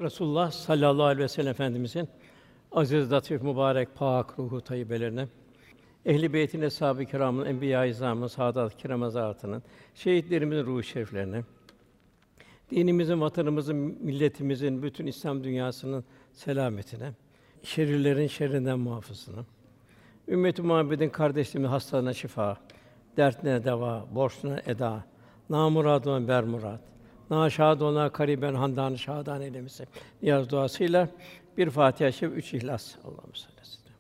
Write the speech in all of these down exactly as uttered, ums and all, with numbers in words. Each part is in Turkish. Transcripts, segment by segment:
Resulullah sallallahu aleyhi ve sellem Efendimizin aziz, latif, mübarek, pâk ruhu tayyibelerine, ehl-i beytin, eshâb-ı kirâmın, enbiya-i izâmın, saadat-ı kiram hazretlerinin, şehitlerimizin ruhu şeriflerine, dinimizin, vatanımızın, milletimizin, bütün İslam dünyasının selametine, şerirlerin şerrinden muhafızına, ümmet-i Muhammed'in kardeşliğimizin hastalarına şifa, dertlerine deva, borçlarına eda, namurad-ı bermurad, nâşâd olana kariben handan-ı şâdan eylemesin. Niyaz duasıyla bir Fatiha-i Şerif, üç İhlas. Allahümme salli aleyhi ve sellem.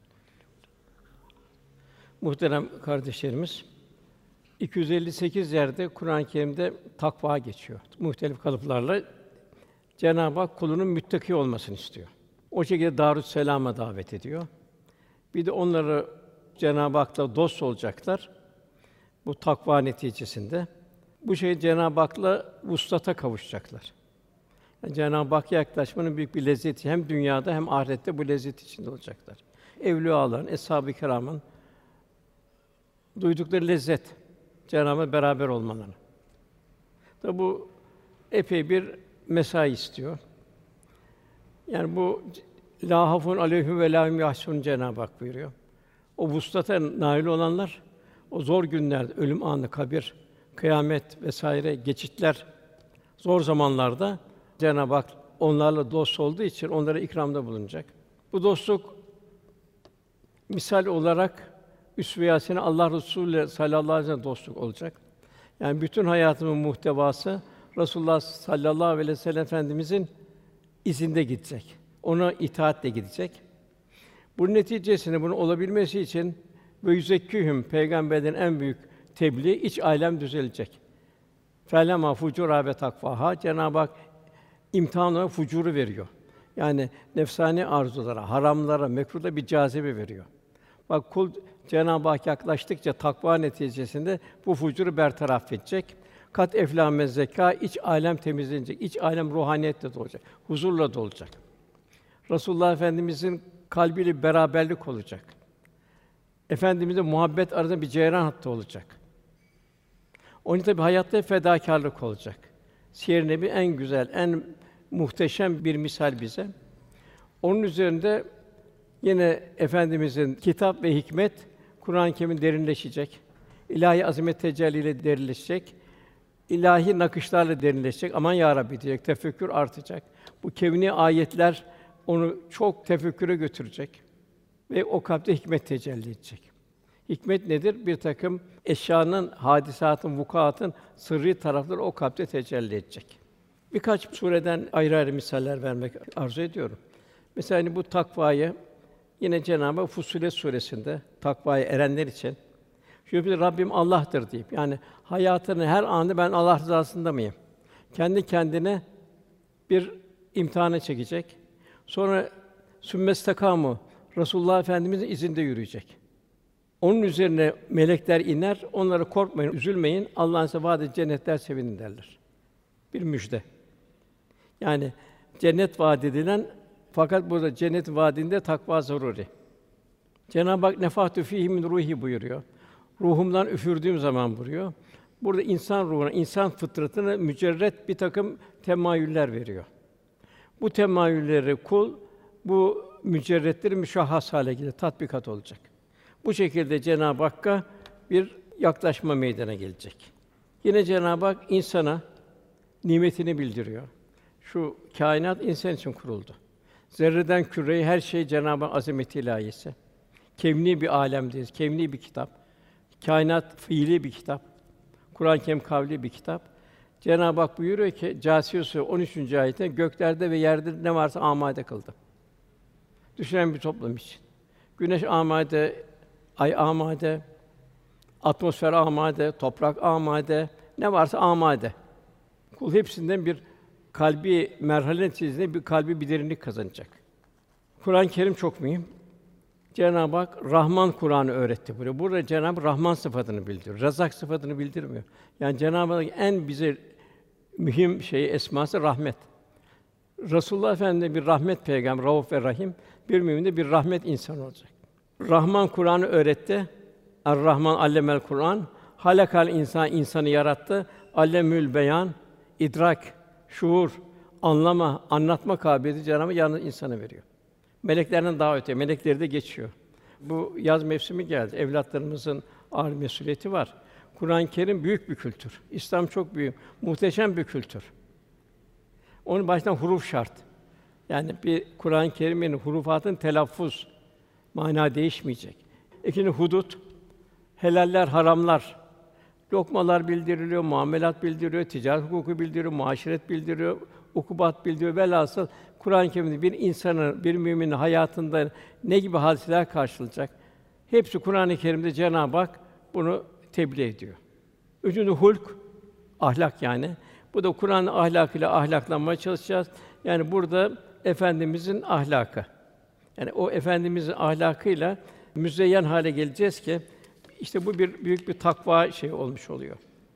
Muhterem kardeşlerimiz, iki yüz elli sekiz yerde Kur'an-ı Kerim'de takva geçiyor. Muhtelif kalıplarla Cenab-ı Hak kulunun müttaki olmasını istiyor. O şekilde Darüsselam'a davet ediyor. Bir de onları Cenab-ı Hak'la dost olacaklar. Bu takva neticesinde bu şey Cenab-ı Hak'la vuslata kavuşacaklar. Yani Cenab-ı Hak'a yaklaşmanın büyük bir lezzeti hem dünyada hem ahirette bu lezzet içinde olacaklar. Evliyaların, eshâb-ı kirâmın duydukları lezzet Cenab-ı Hak'la beraber olmaları. Tabi bu epey bir mesai istiyor. Yani bu lâ hafun aleyhim ve lâ hum yahzunun Cenab-ı Hak buyuruyor. O vuslata nail olanlar o zor günlerde, ölüm anı, kabir, kıyamet vesaire geçitler, zor zamanlarda Cenab-ı Hak onlarla dost olduğu için onlara ikramda bulunacak. Bu dostluk misal olarak üsve-i hasene Allah Resulü sallallahu aleyhi ve sellem dostluk olacak. Yani bütün hayatımın muhtevası Resulullah sallallahu aleyhi ve sellem Efendimizin izinde gidecek. Ona itaatle gidecek. Bunun neticesinde bunun olabilmesi için ve yüzekkîhüm peygamberlerin en büyük tebliğ iç alem düzelecek. Felema fucura ve takvaha Cenab-ı Hak imtihan olarak fucuru veriyor. Yani nefsani arzulara, haramlara, mekruhlara bir cazibe veriyor. Bak kul Cenab-ı Hak yaklaştıkça takva neticesinde bu fucuru bertaraf edecek. Kat eflâme zekâ iç alem temizlenecek. İç alem ruhaniyetle dolacak. Huzurla dolacak. Resulullah Efendimizin kalbiyle beraberlik olacak. Efendimizle muhabbet arasında bir ceyran hattı olacak. Onun tabi hayatta fedakârlık olacak. Siyer-i Nebi en güzel, en muhteşem bir misal bize. Onun üzerinde yine Efendimizin kitap ve hikmet Kur'an-ı Kerim'in derinleşecek. İlahi azamet tecelliyle derinleşecek. İlahi nakışlarla derinleşecek. Aman ya Rabbi diyecek, tefekkür artacak. Bu kevni ayetler onu çok tefekküre götürecek ve o kalpte hikmet tecelli edecek. Hikmet nedir? Bir takım eşyanın, hadisatın, vukuatın sırrı tarafları o kalpte tecelli edecek. Birkaç sureden ayrı ayrı misaller vermek arzu ediyorum. Mesela hani bu takvayı yine Cenab-ı Hak Fussilet suresinde takvaya erenler için şöyle Rabbim Allah'tır deyip yani hayatının her anında ben Allah rızasında mıyım? Kendi kendine bir imtihana çekecek. Sonra sümmestekamu Resulullah Efendimizin izinde yürüyecek. Onun üzerine melekler iner, onlara korkmayın, üzülmeyin, Allah'ın size vaad ettiği cennetler sevinin derler. Bir müjde. Yani cennet vaad edilen fakat burada cennet vaadinde takva zaruri. Cenab-ı Hak nefahtü fîhî min ruhi buyuruyor. Ruhumdan üfürdüğüm zaman buyuruyor. Burada insan ruhuna, insan fıtratına mücerret bir takım temayüller veriyor. Bu temayülleri kul bu mücerretleri müşahhas hale gelir, tatbikat olacak. Bu şekilde Cenab-ı Hakk'a bir yaklaşma meydana gelecek. Yine Cenab-ı Hak insana nimetini bildiriyor. Şu kainat insan için kuruldu. Zerreden küreye her şey Cenab-ı Hak azameti ilahisi. Kevni bir âlemdeyiz, kevni bir kitap. Kainat fiili bir kitap. Kur'an-ı Kerim kavli bir kitap. Cenab-ı Hak buyuruyor ki Câsiye Suresi on üçüncü ayette göklerde ve yerde ne varsa amade kıldı. Düşünen bir toplum için. Güneş amade, ay amade, atmosfer amade, toprak amade, ne varsa amade. Kul hepsinden bir kalbi merhale neticesinde bir kalbi bir derinlik kazanacak. Kur'an-ı Kerim çok mühim. Cenab-ı Hak Rahman Kur'an'ı öğretti buraya. Burada Cenab-ı Hak Rahman sıfatını bildiriyor. Razak sıfatını bildirmiyor. Yani Cenab-ı Hak en bize mühim şeyi esması rahmet. Resulullah Efendimiz bir rahmet peygamber, Rauf ve Rahim, bir mümin de bir rahmet insanı olacak. Rahman Kur'an'ı öğretti. Er-Rahman allemel Kur'an. Halakal insan insanı yarattı. Allemül beyan, idrak, şuur, anlama, anlatma kabiliyeti Cenab-ı Hak yalnız insana veriyor. Meleklerden daha öte, melekleri de geçiyor. Bu yaz mevsimi geldi. Evlatlarımızın ağır mesuliyeti var. Kur'an-ı Kerim büyük bir kültür. İslam çok büyük, muhteşem bir kültür. Onun baştan huruf şart. Yani bir Kur'an-ı Kerim'in hurufatın telaffuz, mana değişmeyecek. İkinci hudut, helaller, haramlar, lokmalar bildiriliyor, muamelat bildiriliyor, ticaret hukuku bildiriyor, muaşeret bildiriyor, ukubat bildiriyor. Velhasıl Kur'an-ı Kerim'de bir insanın, bir müminin hayatında ne gibi hadiseler karşılayacak? Hepsi Kur'an-ı Kerim'de Cenab-ı Hak bunu tebliğ ediyor. Üçüncü hulk, ahlak yani. Bu da Kur'an ahlakıyla ahlaklanmaya çalışacağız. Yani burada Efendimizin ahlakı. Yani o Efendimizin ahlakıyla müzeyyen hale geleceğiz ki işte bu bir büyük bir takva şey olmuş oluyor.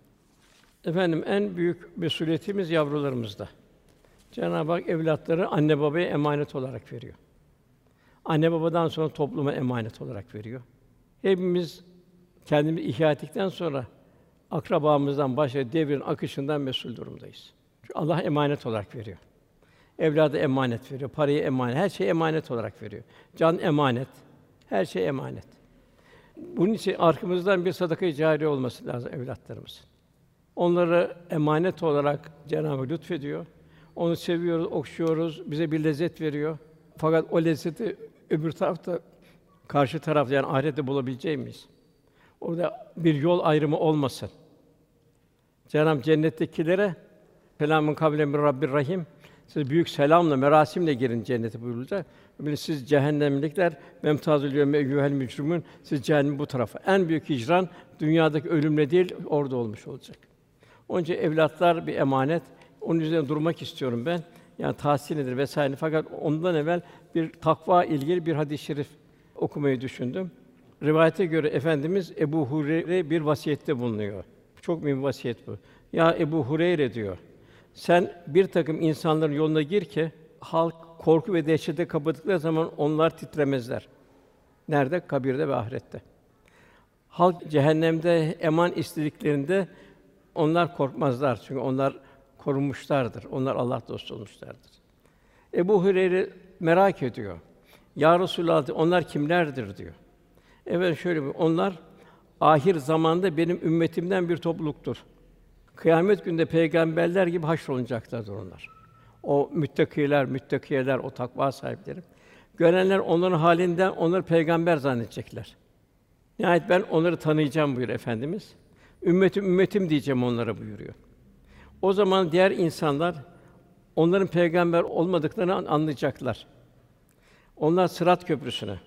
Efendim en büyük mesuliyetimiz yavrularımızda. Cenab-ı Hak evlatları anne babaya emanet olarak veriyor. Anne babadan sonra topluma emanet olarak veriyor. Hepimiz kendimizi ihya ettikten sonra akrabamızdan başka devrin akışından mesul durumdayız. Çünkü Allah emanet olarak veriyor. Evladı emanet veriyor, parayı emanet, her şeyi emanet olarak veriyor. Can emanet, her şey emanet. Bunun için arkamızdan bir sadaka-i câriye olması lazım evlatlarımızın. Onları emanet olarak Cenab-ı Hak lütfediyor. Onu seviyoruz, okşuyoruz, bize bir lezzet veriyor. Fakat o lezzeti öbür tarafta, karşı tarafta yani ahirette bulabileceğiz miyiz? Orada bir yol ayrımı olmasın. Cenab-ı Hak cennettekilere "Selamun kavlen min Rabbir Rahim." Siz büyük selamla, merasimle girin cennete buyurulacak. Böyle siz cehennemlikler memtazül yevme eyyuhel mücrimun. Siz cehennem bu tarafa. En büyük hicran dünyadaki ölümle değil orada olmuş olacak. Onun için evlatlar bir emanet. Onun üzerine durmak istiyorum ben. Yani tahsil nedir vesaire. Fakat ondan evvel bir takva ilgili bir hadis-i şerif okumayı düşündüm. Rivayete göre Efendimiz Ebu Hureyre bir vasiyette bulunuyor. Çok mühim vasiyet bu. Ya Ebu Hureyre diyor. Sen bir takım insanların yoluna gir ki halk korku ve dehşete kapıldıkları zaman onlar titremezler. Nerede? Kabirde ve ahirette. Halk cehennemde eman istediklerinde onlar korkmazlar çünkü onlar korunmuşlardır. Onlar Allah dostu olmuşlardır. Ebu Hureyre merak ediyor. Ya Resulallah, onlar kimlerdir diyor. Evet şöyle bir, onlar ahir zamanda benim ümmetimden bir topluluktur. Kıyamet günde peygamberler gibi haşrolunacaklardır onlar. O müttakiler, müttakiyeler, o takva sahipleri. Görenler onların halinden onları peygamber zannedecekler. Nihayet ben onları tanıyacağım buyuruyor Efendimiz. Ümmetim ümmetim diyeceğim onlara buyuruyor. O zaman diğer insanlar onların peygamber olmadıklarını anlayacaklar. Onlar Sırat Köprüsü'ne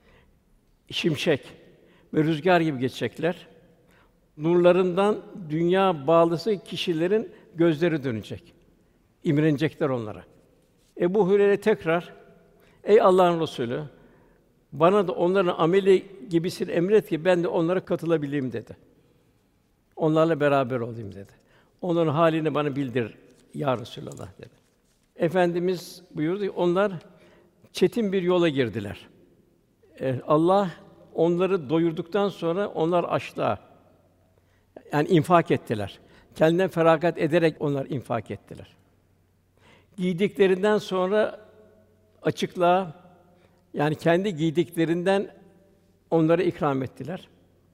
şimşek ve rüzgar gibi geçecekler. Nurlarından dünya bağlısı kişilerin gözleri dönecek. İmrenecekler onlara. Ebu Hureyre tekrar, ey Allah'ın Resulü, bana da onların ameli gibisini emret ki ben de onlara katılabileyim dedi. Onlarla beraber olayım dedi. Onların halini bana bildir ya Resulallah dedi. Efendimiz buyurdu ki onlar çetin bir yola girdiler. Ee, Allah onları doyurduktan sonra onlar açlığa, yani infak ettiler. Kendinden feragat ederek onlar infak ettiler. Giydiklerinden sonra açıklığa, yani kendi giydiklerinden onlara ikram ettiler.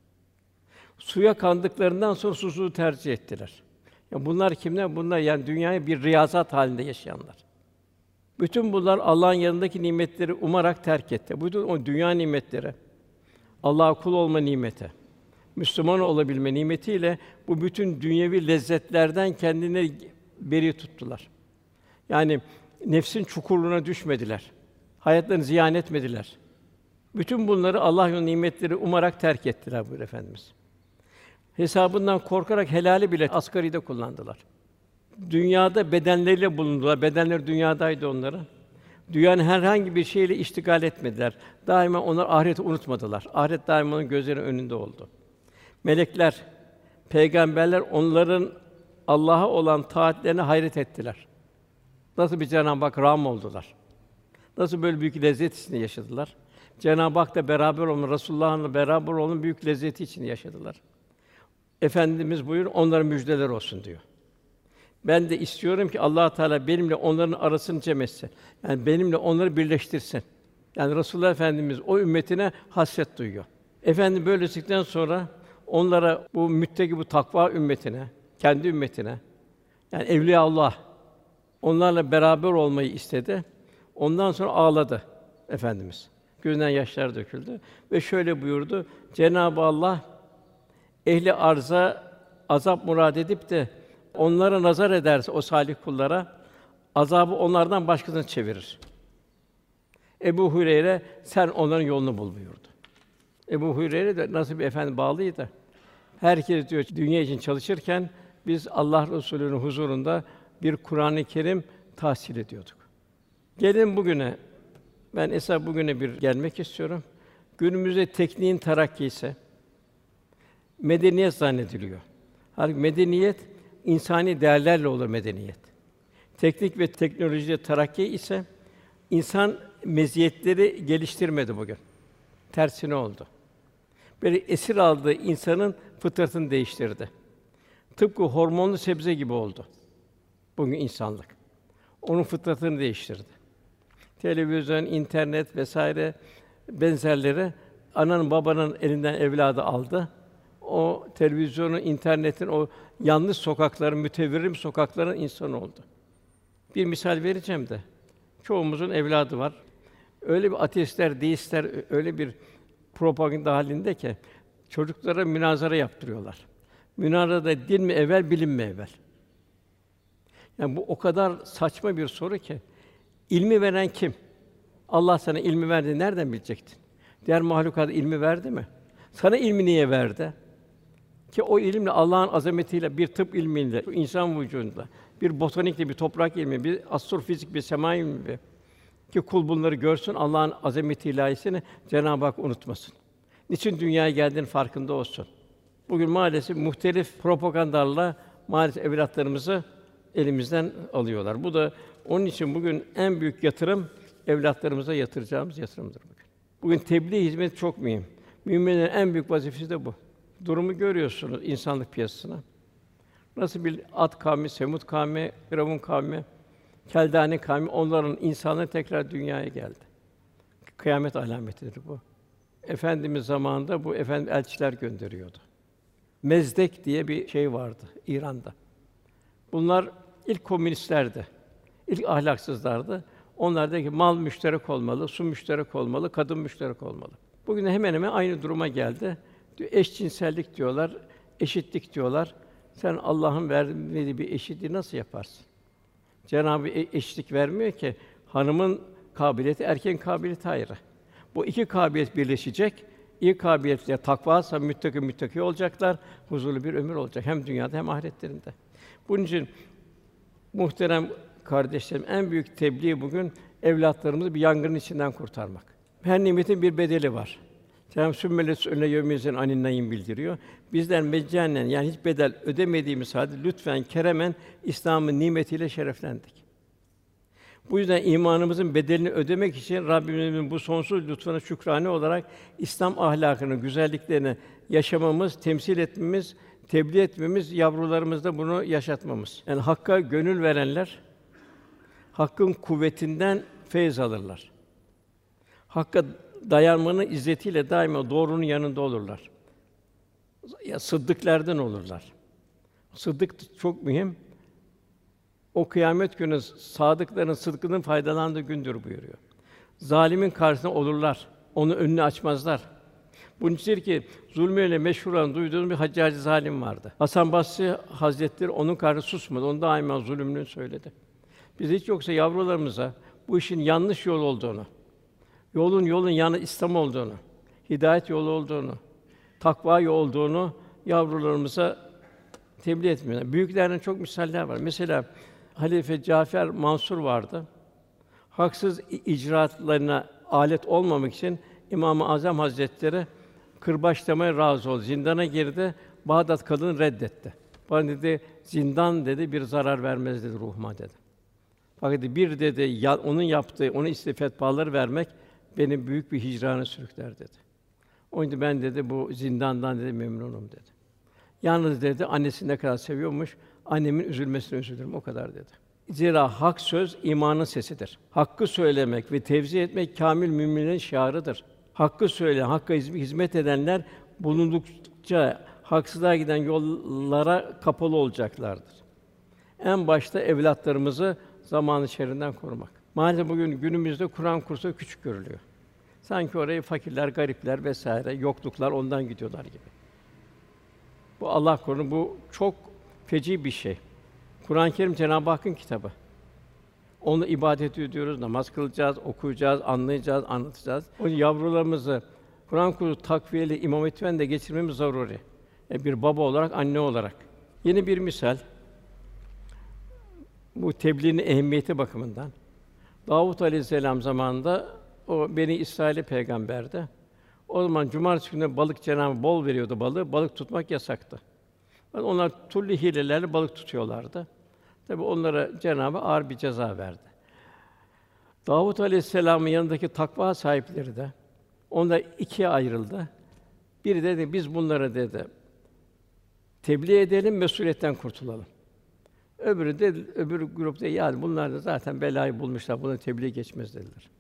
Suya kandıklarından sonra susuzluğu tercih ettiler. Ya bunlar kimler? Bunlar yani dünyayı bir riyazat halinde yaşayanlar. Bütün bunlar Allah'ın yanındaki nimetleri umarak terk etti. Bütün o dünya nimetleri, Allah'a kul olma nimeti, Müslüman olabilme nimetiyle bu bütün dünyevi lezzetlerden kendileri beri tuttular. Yani nefsin çukurluğuna düşmediler. Hayatlarını ziyan etmediler. Bütün bunları Allah yolunda nimetleri umarak terk ettiler buyuruyor Efendimiz. Hesabından korkarak helali bile asgaride kullandılar. Dünyada bedenleriyle bulundular. Bedenleri dünyadaydı onların. Dünyanın herhangi bir şeyle iştigal etmediler. Daima onlar ahireti unutmadılar. Ahiret daima onların gözlerinin önünde oldu. Melekler, peygamberler onların Allah'a olan taatlerine hayret ettiler. Nasıl bir Cenab-ı Hak rağm oldular. Nasıl böyle büyük lezzet içinde yaşadılar. Cenab-ı Hak'la beraber olma, Resulullah'la beraber olmanın büyük lezzeti içinde yaşadılar. Efendimiz buyur, onlara müjdeler olsun diyor. Ben de istiyorum ki Allah Teala benimle onların arasını cem etsin. Yani benimle onları birleştirsin. Yani Resulullah Efendimiz o ümmetine hasret duyuyor. Efendim böyle dedikten sonra onlara bu müttaki bu takva ümmetine, kendi ümmetine yani evliyaullah onlarla beraber olmayı istedi. Ondan sonra ağladı Efendimiz. Gözünden yaşlar döküldü ve şöyle buyurdu: Cenab-ı Allah ehli arza azap murad edip de onlara nazar ederse o salih kullara azabı onlardan başkasına çevirir. Ebu Hureyre sen onların yolunu bul buyurdu. Ebu Hureyre de nasıl bir efendi bağlıydı. Herkes diyor dünya için çalışırken biz Allah Resulü'nün huzurunda bir Kur'an-ı Kerim tahsil ediyorduk. Gelin bugüne. Ben esas bugüne bir gelmek istiyorum. Günümüzde tekniğin terakkisi medeniyet zannediliyor. Halbuki medeniyet insani değerlerle olur medeniyet. Teknik ve teknolojide terakki ise insan meziyetleri geliştirmedi bugün. Tersine oldu. Böyle esir aldığı insanın fıtratını değiştirdi. Tıpkı hormonlu sebze gibi oldu bugün insanlık. Onun fıtratını değiştirdi. Televizyon, internet vesaire benzerleri ananın babanın elinden evladı aldı. O televizyonun, internetin o yanlış sokakların, müteverrim sokakların insanı oldu. Bir misal vereceğim de. Çoğumuzun evladı var. Öyle bir ateistler, deistler öyle bir propaganda halinde ki çocuklara münazara yaptırıyorlar. Münazarada din mi evvel, bilim mi evvel? Yani bu o kadar saçma bir soru ki ilmi veren kim? Allah sana ilmi verdi, nereden bilecektin? Diğer mahlukata ilmi verdi mi? Sana ilmi niye verdi? Ki o ilimle Allah'ın azametiyle, bir tıp ilmiyle, insan vücudunda, bir botanikle, bir toprak ilmi, bir astrofizik, bir sema ilmi ki kul bunları görsün, Allah'ın azameti ilahisini Cenab-ı Hak unutmasın. Niçin dünyaya geldiğinin farkında olsun. Bugün maalesef muhtelif propagandalarla maalesef evlatlarımızı elimizden alıyorlar. Bu da onun için bugün en büyük yatırım evlatlarımıza yatıracağımız yatırımdır bugün. Bugün tebliğ hizmeti çok mühim. Müminlerin en büyük vazifesi de bu. Durumu görüyorsunuz insanlık piyasasına. Nasıl bir Ad kavmi, Semud kavmi, Firavun kavmi, Keldane kavmi onların insanları tekrar dünyaya geldi. Kıyamet alametidir bu. Efendimiz zamanında bu efendim elçiler gönderiyordu. Mezdek diye bir şey vardı İran'da. Bunlar ilk komünistlerdi. İlk ahlaksızlardı. Onlar dedi ki mal müşterek olmalı, su müşterek olmalı, kadın müşterek olmalı. Bugün de hemen hemen aynı duruma geldi. Eşcinsellik diyorlar, eşitlik diyorlar. Sen Allah'ın verdiği bir eşitliği nasıl yaparsın? Cenab-ı e- eşitlik vermiyor ki. Hanımın kabiliyeti, erkeğin kabiliyeti ayrı. Bu iki kabiliyet birleşecek. İyi kabiliyetle takvaysa müttaki müttaki olacaklar. Huzurlu bir ömür olacak hem dünyada hem ahiretlerinde. Bunun için muhterem kardeşlerim en büyük tebliğ bugün evlatlarımızı bir yangının içinden kurtarmak. Her nimetin bir bedeli var. Cenab-ı Sümmeles önüne yevmiyezin aninnayim bildiriyor. Bizler meccanen yani hiç bedel ödemediğimiz halde lütfen keremen İslam'ın nimetiyle şereflendik. Bu yüzden imanımızın bedelini ödemek için Rabbimizin bu sonsuz lütfuna şükrane olarak İslam ahlakını, güzelliklerini yaşamamız, temsil etmemiz, tebliğ etmemiz, yavrularımızda bunu yaşatmamız. Yani hakka gönül verenler hakkın kuvvetinden feyz alırlar. Hakka dayanmanın izzetiyle daima doğrunun yanında olurlar. Ya sıddıklardan olurlar. Sıddık çok mühim. O kıyamet günü sadıkların sıdkının faydalandığı gündür buyuruyor. Zalimin karşısında olurlar. Onun önünü açmazlar. Bunun içindir ki zulmüyle meşhur olan duyduğumuz bir Haccacı zalim vardı. Hasan Basri Hazretleri onun karşısında susmadı. Onu daima zulmünü söyledi. Biz hiç yoksa yavrularımıza bu işin yanlış yol olduğunu, yolun yolun yanı İslam olduğunu, hidayet yolu olduğunu, takva yolu olduğunu yavrularımıza tebliğ etmiyorlar. Büyüklerden çok misaller var. Mesela Halife Cafer Mansur vardı. Haksız icraatlarına alet olmamak için İmam-ı Azam Hazretleri kırbaçlamaya razı oldu. Zindana girdi. Bağdat kadını reddetti. Bana dedi zindan dedi bir zarar vermez dedi ruhuma dedi. Fakat bir dedi ya, onun yaptığı, onun istediği fetvaları vermek beni büyük bir hicrana sürükler dedi. Onun için ben dedi bu zindandan dedi memnunum dedi. Yalnız dedi annesini ne kadar seviyormuş, annemin üzülmesine üzülürüm o kadar dedi. Zira hak söz imanın sesidir. Hakkı söylemek ve tevzi etmek kâmil müminlerin şiarıdır. Hakkı söyleyen, hakka hizmet edenler bulundukça haksızlığa giden yollara kapalı olacaklardır. En başta evlatlarımızı zamanı şerrinden korumak. Maalesef bugün günümüzde Kur'an kursu küçük görülüyor. Sanki oraya fakirler, garipler vesaire, yokluklar ondan gidiyorlar gibi. Bu Allah korusun, bu çok feci bir şey. Kur'an-ı Kerim Cenab-ı Hakk'ın kitabı. Onu ibadet ediyoruz, namaz kılacağız, okuyacağız, anlayacağız, anlatacağız. O yavrularımızı Kur'an kursu takviyeli İmam Hatip'ten de geçirmemiz zaruri. E, bir baba olarak, anne olarak. Yeni bir misal. Bu tebliğin ehemmiyeti bakımından. Davud Aleyhisselam zamanında o Beni İsrail'e peygamberdi. O zaman cumartesi günü balık Cenab-ı bol veriyordu balığı, balık tutmak yasaktı. Onlar türlü hilelerle balık tutuyorlardı. Tabii onlara Cenab-ı ağır bir ceza verdi. Davud Aleyhisselam'ın yanındaki takva sahipleri de onlar ikiye ayrıldı. Biri dedi biz bunlara dedi tebliğ edelim, mesuliyetten kurtulalım. Öbürü de öbür grupta yani bunlar da zaten belayı bulmuşlar, buna tebliğ geçmez dediler.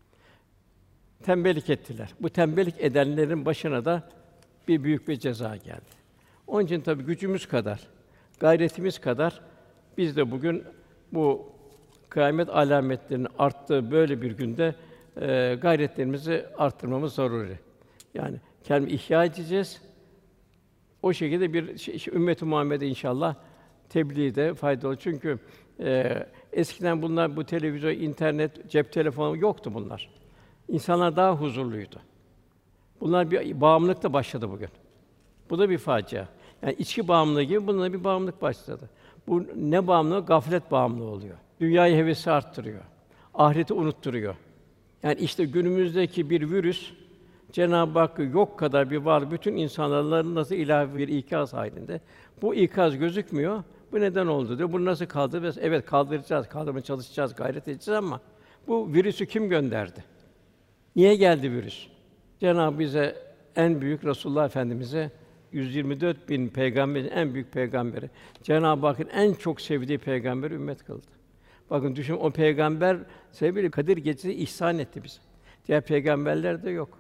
Tembellik ettiler. Bu tembellik edenlerin başına da bir büyük bir ceza geldi. Onun için tabii gücümüz kadar, gayretimiz kadar biz de bugün bu kıyamet alametlerinin arttığı böyle bir günde e, gayretlerimizi arttırmamız zaruri. Yani kendimi ihya edeceğiz. O şekilde bir şey, şey, ümmet-i Muhammed'e inşallah tebliğde faydalı olur. Çünkü e, eskiden bunlar bu televizyon, internet, cep telefonu yoktu bunlar. İnsanlar daha huzurluydu. Bunlar bir bağımlılık da başladı bugün. Bu da bir facia. Yani içki bağımlılığı gibi bununla bir bağımlılık başladı. Bu ne bağımlılığı? Gaflet bağımlılığı oluyor. Dünyayı hevesi arttırıyor. Ahireti unutturuyor. Yani işte günümüzdeki bir virüs Cenab-ı Hakk'ı yok kadar bir var bütün insanların nasıl ilahi bir ikaz halinde. Bu ikaz gözükmüyor. Bu neden oldu diyor. Bunu nasıl kaldıracağız? Evet kaldıracağız, kaldırmaya çalışacağız, gayret edeceğiz ama bu virüsü kim gönderdi? Niye geldi virüs? Cenab-ı bize en büyük Resulullah Efendimize yüz yirmi dört bin peygamberin en büyük peygamberi. Cenab-ı Hakk'ın en çok sevdiği peygamber ümmet kıldı. Bakın düşün o peygamber sebebiyle Kadir Gecesi ihsan etti bize. Diğer peygamberler de yok.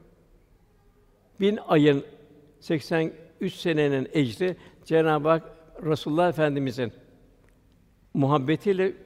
Bin ayın seksen üç senenin ecri Cenab-ı Hak Resulullah Efendimizin muhabbetiyle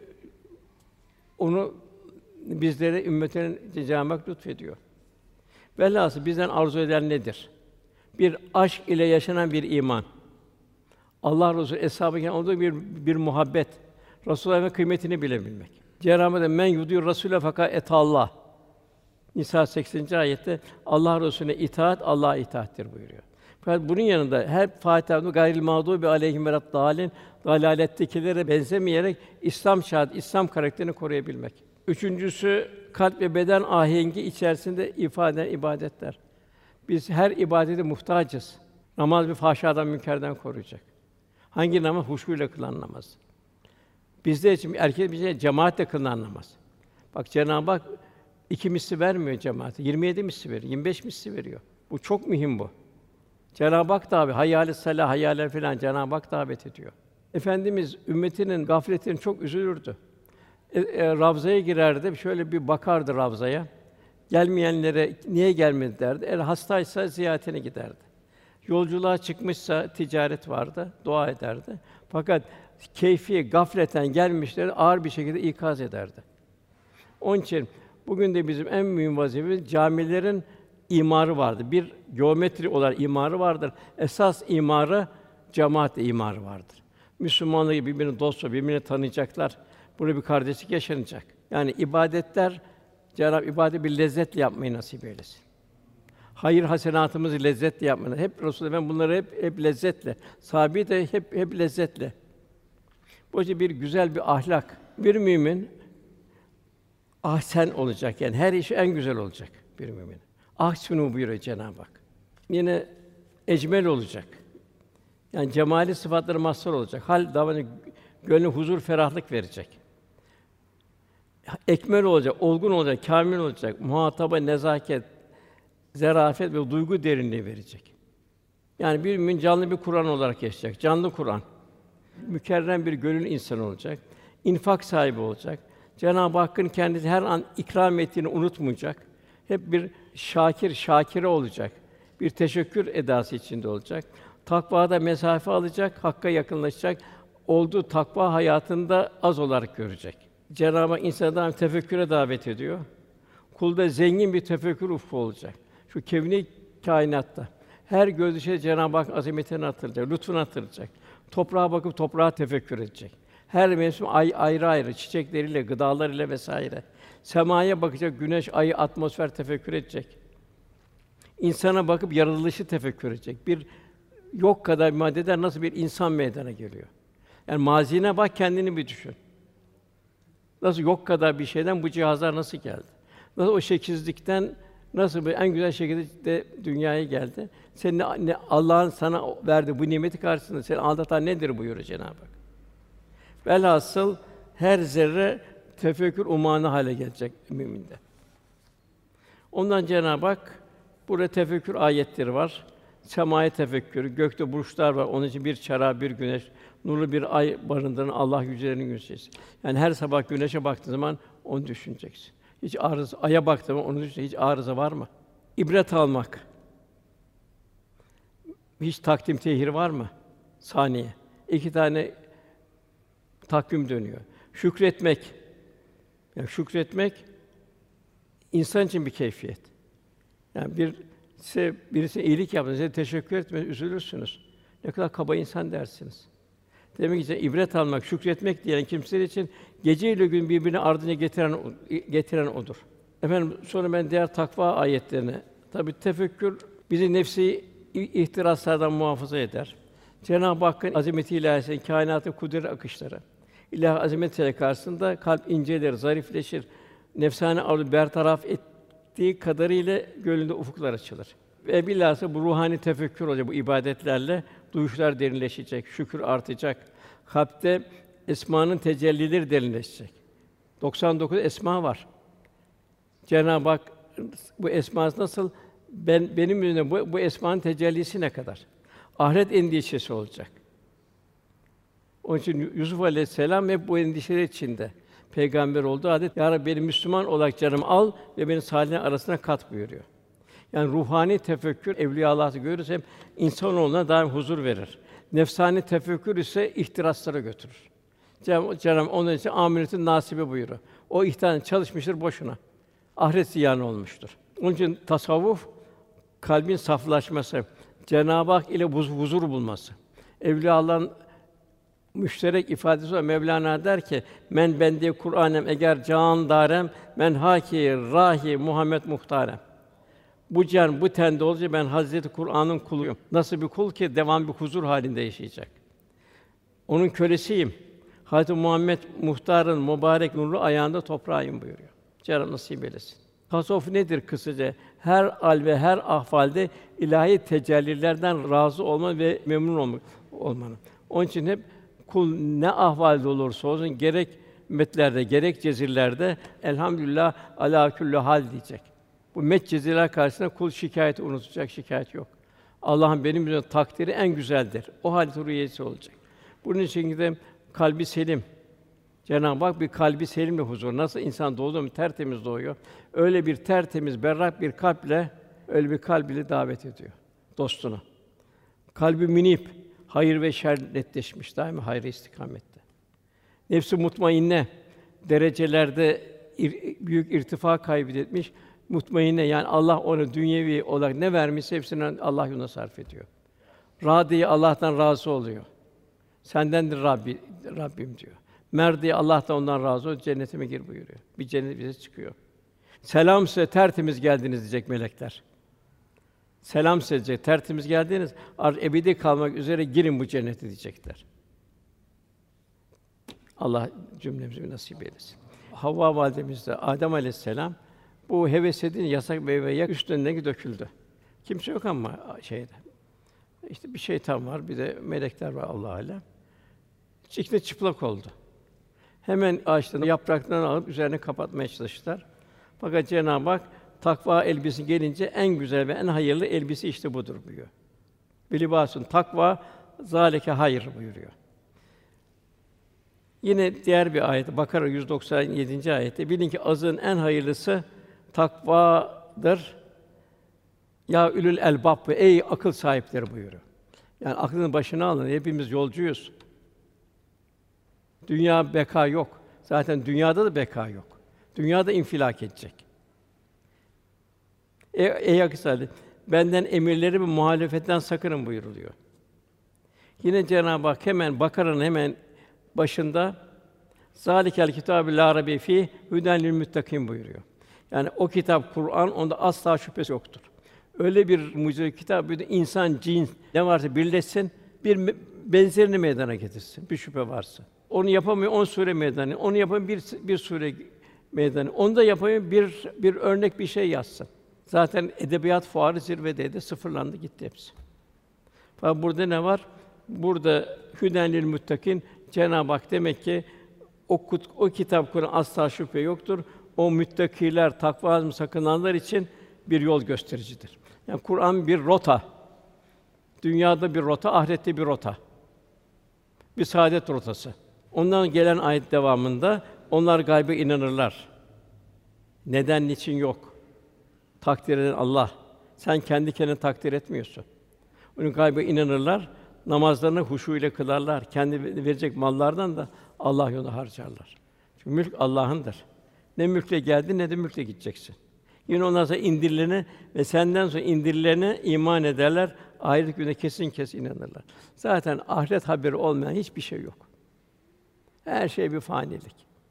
onu bizlere ümmetine Cenab-ı Hak lütfediyor. Velhâsıl bizden arzu eden nedir? Bir aşk ile yaşanan bir iman. Allah Resulü eshab-ı kiram olduğu bir bir muhabbet. Resulullah'ın kıymetini bilebilmek. Cenab-ı Hak men yudiur Rasûle fakat etallah. Nisa sekseninci ayette Allah Resulüne itaat Allah'a itaattir buyuruyor. Fakat bunun yanında her Fatiha'da gayril mağdûbi aleyhim ve dâlin dalalettekilere benzemeyerek İslam şahit, İslam karakterini koruyabilmek. Üçüncüsü kalp ve beden ahengi içerisinde ifade eden ibadetler. Biz her ibadete muhtacız. Namaz bir fahşadan, münkerden koruyacak. Hangi namaz? Huşuyla kılınan namaz. Bizde için erkek bir şey cemaatle kılınan namaz. Bak Cenab-ı Hak iki misli vermiyor cemaate. yirmi yedi misli veriyor, yirmi beş misli veriyor. Bu çok mühim bu. Cenab-ı Hak da abi hayal-i salâh, hayaller filan Cenab-ı Hak davet ediyor. Efendimiz ümmetinin gafletine çok üzülürdü. E, e, Ravzaya girerdi, şöyle bir bakardı Ravzaya. Gelmeyenlere niye gelmedi derdi. Eğer hastaysa ziyaretine giderdi. Yolculuğa çıkmışsa ticaret vardı, dua ederdi. Fakat keyfi gafleten gelmişleri ağır bir şekilde ikaz ederdi. Onun için bugün de bizim en mühim vazifemiz camilerin imarı vardır. Bir geometri olarak imarı vardır. Esas imarı cemaat imarı vardır. Müslümanlar gibi birbirini dostça, birbirini tanıyacaklar. Burada bir kardeşlik yaşanacak. Yani ibadetler Cenab-ı ibadet bir lezzetle yapmayı nasip eylesin. Hayır hasenatımızı lezzetle yapmayı. Hep Resulullah ben bunları hep hep lezzetle. Sahabi de hep hep lezzetle. Bu işte bir güzel bir ahlak. Bir mümin ahsen olacak. Yani her işi en güzel olacak bir mümin. Ahsinu buyuruyor Cenab-ı Hak. Yine ecmel olacak. Yani cemali sıfatları mazhar olacak. Hal davranı gönlüne huzur, ferahlık verecek. Ekmel olacak, olgun olacak, kâmil olacak. Muhataba nezaket, zarafet ve duygu derinliği verecek. Yani bir mümin canlı bir Kur'an olarak yaşayacak. Canlı Kur'an. Mükerrem bir gönül insanı olacak. İnfak sahibi olacak. Cenab-ı Hakk'ın kendisi her an ikram ettiğini unutmayacak. Hep bir şakir, şakire olacak. Bir teşekkür edası içinde olacak. Takvada mesafe alacak, Hakk'a yakınlaşacak. Olduğu takva hayatında az olarak görecek. Cenab-ı Hak insanı tefekküre davet ediyor. Kulda zengin bir tefekkür ufku olacak. Şu kevni kainatta her gördüğü şey Cenab-ı Hak azametini hatırlayacak, lütfunu hatırlayacak. Toprağa bakıp toprağa tefekkür edecek. Her mevsim ay ayrı ayrı çiçekleriyle, gıdalarıyla vesaire. Semaya bakacak, güneş, ayı, atmosfer tefekkür edecek. İnsana bakıp yaratılışı tefekkür edecek. Bir yok kadar bir maddeden nasıl bir insan meydana geliyor? Yani mazine bak, kendini bir düşün. Nasıl yok kadar bir şeyden bu cihazlar nasıl geldi? Nasıl o şekilsizlikten nasıl bir en güzel şekilde de dünyaya geldi? Senin ne, ne Allah'ın sana verdiği bu nimeti karşısında seni aldatan nedir buyuruyor Cenab-ı Hak. Velhasıl her zerre tefekkür umanı hale gelecek müminde. Ondan Cenab-ı Hak burada tefekkür ayetleri var. Semaya tefekkürü, gökte burçlar var. Onun için bir çara, bir güneş, nurlu bir ay barındıran Allah yücelerinin güneşi. Yani her sabah güneşe baktığın zaman onu düşüneceksin. Hiç arıza, aya baktığın zaman onu düşüneceksin. Hiç arıza var mı? İbret almak. Hiç takdim tehir var mı? Saniye. İki tane takvim dönüyor. Şükretmek. Yani şükretmek insan için bir keyfiyet. Yani bir size birisi iyilik yaptı, size teşekkür etmez, üzülürsünüz. Ne kadar kaba insan dersiniz. Demek ki ibret almak, şükretmek diyen kimseler için gece ile gün birbirini ardınca getiren getiren odur. Efendim sonra ben diğer takva ayetlerine tabii tefekkür bizi nefsi ihtiraslardan muhafaza eder. Cenab-ı Hakk'ın azameti ilahisinin kainatın kudret akışları. İlahi azameti karşısında kalp incelir, zarifleşir. Nefsane arzu bertaraf ettiği kadarıyla gönlünde ufuklar açılır. Ve bilhassa bu ruhani tefekkür olacak bu ibadetlerle duyuşlar derinleşecek, şükür artacak. Kalpte esmanın tecellileri derinleşecek. doksan dokuz esma var. Cenab-ı Hak bu esma nasıl ben benim yüzümden bu, bu esmanın tecellisi ne kadar? Ahiret endişesi olacak. Onun için Yusuf Aleyhisselam hep bu endişeler içinde peygamber olduğu halde ya Rabbi beni Müslüman olarak canımı al ve beni salihlerin arasına kat buyuruyor. Yani ruhani tefekkür evliyallah'ı görürsem insanoğluna daim huzur verir. Nefsani tefekkür ise ihtiraslara götürür. Cenab-ı onun için âmiletün nâsibe buyuruyor. O ihtiyaç çalışmıştır boşuna. Ahiret ziyanı olmuştur. Onun için tasavvuf kalbin saflaşması, Cenab-ı Hak ile huzur bulması. Evliyallah'ın müşterek ifadesi var. Mevlana der ki: "Men bende Kur'anem eğer can darem men haki rahi Muhammed muhtarem." Bu can bu tende olunca ben Hazreti Kur'an'ın kuluyum. Nasıl bir kul ki devam bir huzur halinde yaşayacak. Onun kölesiyim. Hazreti Muhammed muhtarın mübarek nurlu ayağında toprağıyım buyuruyor. Cenab-ı nasip eylesin. Tasavvuf nedir kısaca? Her al ve her ahvalde ilahi tecellilerden razı olma ve memnun olma olmanın. Onun için hep kul ne ahvalde olursa olsun gerek metlerde gerek cezirlerde elhamdülillah ala kulli hal diyecek. Bu met cezireler karşısında kul şikâyeti unutacak, şikâyet yok. Allah'ın benim üzerime takdiri en güzeldir. O hâl-i rüyesi olacak. Bunun için de kalbi selim. Cenab-ı Hak bir kalbi selimle huzur. Nasıl insan doğduğu mu tertemiz doğuyor. Öyle bir tertemiz, berrak bir kalple öyle bir kalb ile davet ediyor dostunu. Kalbi münip, hayır ve şer netleşmiş daima hayır istikamette. Nefsi mutmainne derecelerde ir, büyük irtifa kaybetmiş. Mutmainne yani Allah onu dünyevi olarak ne vermişse hepsini Allah yoluna sarf ediyor. Râdiye Allah'tan razı oluyor. Sendendir Rabbi, Rabbim diyor. Merdiye Allah da ondan razı oluyor. Cennetime gir buyuruyor. Bir cennet bize çıkıyor. Selam size tertemiz geldiniz diyecek melekler. Selam size tertemiz geldiniz. Artık ebedi kalmak üzere girin bu cennete diyecekler. Allah cümlemizi nasip eylesin. Havva validemiz de Adem Aleyhisselam bu heves edince yasak meyveye üstündeki döküldü. Kimse yok ama şeyde. İşte bir şeytan var, bir de melekler var Allah alem. İkisi çıplak oldu. Hemen ağaçların yapraklarını alıp üzerine kapatmaya çalıştılar. Fakat Cenab-ı Hak takva elbisesi gelince en güzel ve en hayırlı elbise işte budur buyuruyor. Ve libâsun takva zâlike hayr buyuruyor. Yine diğer bir ayet Bakara yüz doksan yedinci ayette bilin ki azığın en hayırlısı takvadır. Ya ülül elbab ve ey akıl sahipleri buyuruyor. Yani aklını başına alın. Hepimiz yolcuyuz. Dünya beka yok. Zaten dünyada da beka yok. Dünyada infilak edecek. Ey, ey akıl sahibi, benden emirleri ve muhalefetten sakının buyuruluyor. Yine Cenab-ı Hak hemen Bakara'nın hemen başında zâlikel kitâbü lâ raybe fîh huden lil muttaqîn buyuruyor. Yani o kitap Kur'an onda asla şüphesi yoktur. Öyle bir mucize kitap, bir de insan, cin ne varsa birleşsin, bir benzerini meydana getirsin. Bir şüphe varsa. Onu yapamıyor, on sure meydana. Onu yapamıyor, bir bir sure meydana. Onu da yapamıyor, bir bir örnek bir şey yazsın. Zaten edebiyat fuarı zirvedeydi, sıfırlandı gitti hepsi. Fakat burada ne var? Burada hüden lil muttaqîn, Cenab-ı Hak demek ki o, o kitap Kur'an asla şüphe yoktur. O müttakiler, takva sakınanlar için bir yol göstericidir. Yani Kur'an bir rota. Dünyada bir rota, ahirette bir rota. Bir saadet rotası. Ondan gelen ayet devamında onlar gaybe inanırlar. Neden, niçin yok. Takdir eden Allah. Sen kendi kendine takdir etmiyorsun. Onun gaybe inanırlar, namazlarını huşu ile kılarlar. Kendi verecek mallardan da Allah yolunda harcarlar. Çünkü mülk Allah'ındır. Ne mülkle geldin ne de mülkle gideceksin. Yine ondan sonra indirilene ve senden sonra indirilene iman ederler. Ahiret gününe kesin kesin inanırlar. Zaten ahiret haberi olmayan hiçbir şey yok. Her şey bir fanilik.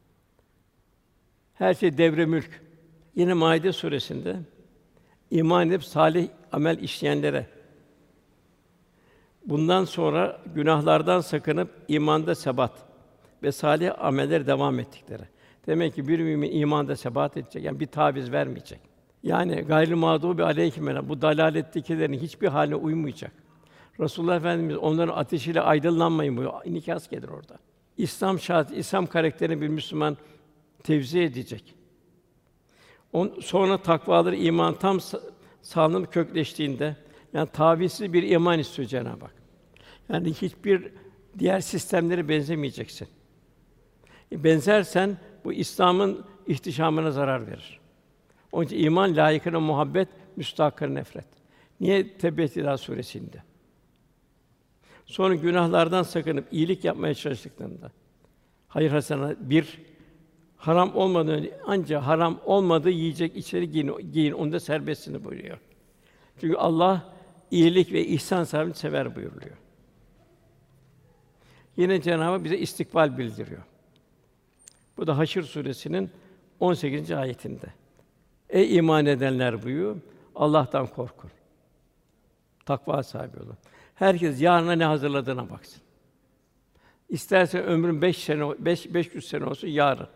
Her şey devre mülk. Yine Maide suresinde iman edip salih amel işleyenlere bundan sonra günahlardan sakınıp imanda sebat ve salih ameller devam ettikleri. Demek ki bir mümin imanda sebat edecek. Yani bir taviz vermeyecek. Yani gayrı mağdûbi aleyhim bu dalalettekilerin hiçbir haline uymayacak. Resulullah Efendimiz onların ateşiyle aydınlanmayın buyuruyor. İnikas gelir orada. İslam şart, İslam karakterini bir Müslüman tevzi edecek. On, sonra takvaları iman tam sağlam kökleştiğinde yani tavizsiz bir iman istiyor Cenab-ı Hak. Yani hiçbir diğer sistemlere benzemeyeceksin. E, benzersen bu İslam'ın ihtişamına zarar verir. Onun için iman layıkına muhabbet, müstahakına nefret. Niye Tebbe-i suresinde? Sonra günahlardan sakınıp iyilik yapmaya çalıştıklarında hayır hasenat bir haram olmadan önce ancak haram olmadığı yiyecek içeri giyin, giyin onu da serbestsiniz buyuruyor. Çünkü Allah iyilik ve ihsan sahibini sever buyuruluyor. Yine Cenab-ı Hak bize istikbal bildiriyor. Bu da Haşr suresinin on sekizinci ayetinde. Ey iman edenler buyuruyor, Allah'tan korkun. Takva sahibi olun. Herkes yarına ne hazırladığına baksın. İsterse ömrün beş sene, beş beş yüz sene olsun yarın.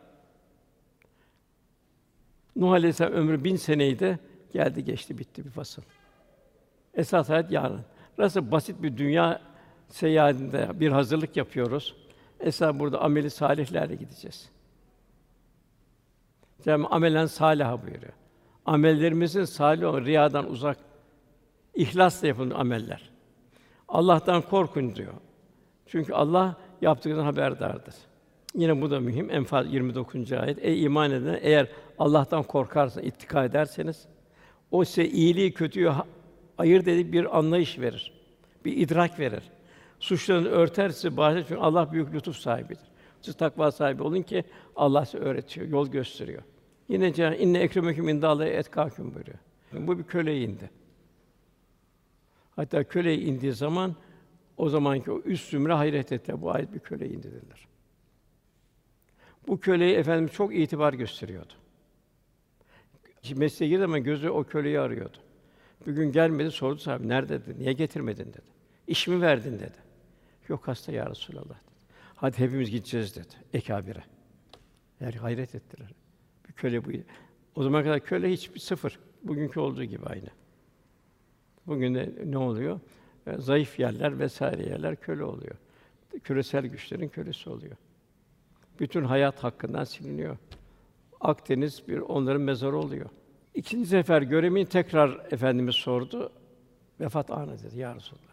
Nuh Aleyhisselam ömrü bin seneydi, geldi geçti bitti bir fasıl. Esas hayat yarın. Nasıl basit bir dünya seyahatinde bir hazırlık yapıyoruz. Esas burada ameli salihlerle gideceğiz. Cenab-ı amelen sâliha buyuruyor. Amellerimizin salih olan riyadan uzak, ihlasla yapılan ameller. Allah'tan korkun diyor. Çünkü Allah yaptığınızdan haberdardır. Yine bu da mühim. Enfal yirmi dokuzuncu ayet. Ey iman eden eğer Allah'tan korkarsanız, ittika ederseniz o size iyiliği kötüyü ayırt edip bir anlayış verir. Bir idrak verir. Suçlarını örter size bahşeder çünkü Allah büyük lütuf sahibidir. Siz takva sahibi olun ki Allah size öğretiyor, yol gösteriyor. Yine Cenab-ı inne ekremeküm indallâhi etkâküm buyuruyor. Bu bir köleye indi. Hatta köleye indiği zaman o zamanki o üst zümre hayret etti. Bu ayet bir köleye indi dediler. Bu köleye Efendimiz çok itibar gösteriyordu. Şimdi mesleğe girdiği zaman gözü o köleyi arıyordu. Bir gün gelmedi, sordu sahibi, nerede dedi, niye getirmedin dedi. İş mi verdin dedi. Yok hasta ya Resulallah dedi. Hadi hepimiz gideceğiz dedi ekâbire. Yani hayret ettiler. Bir köle bu. O zamana kadar köle hiç sıfır. Bugünkü olduğu gibi aynı. Bugün de ne oluyor? E, zayıf yerler vesaire yerler köle oluyor. Küresel güçlerin kölesi oluyor. Bütün hayat hakkından siliniyor. Akdeniz bir onların mezarı oluyor. İkinci sefer göremeyin tekrar Efendimiz sordu. Vefat anı dedi ya Resulallah.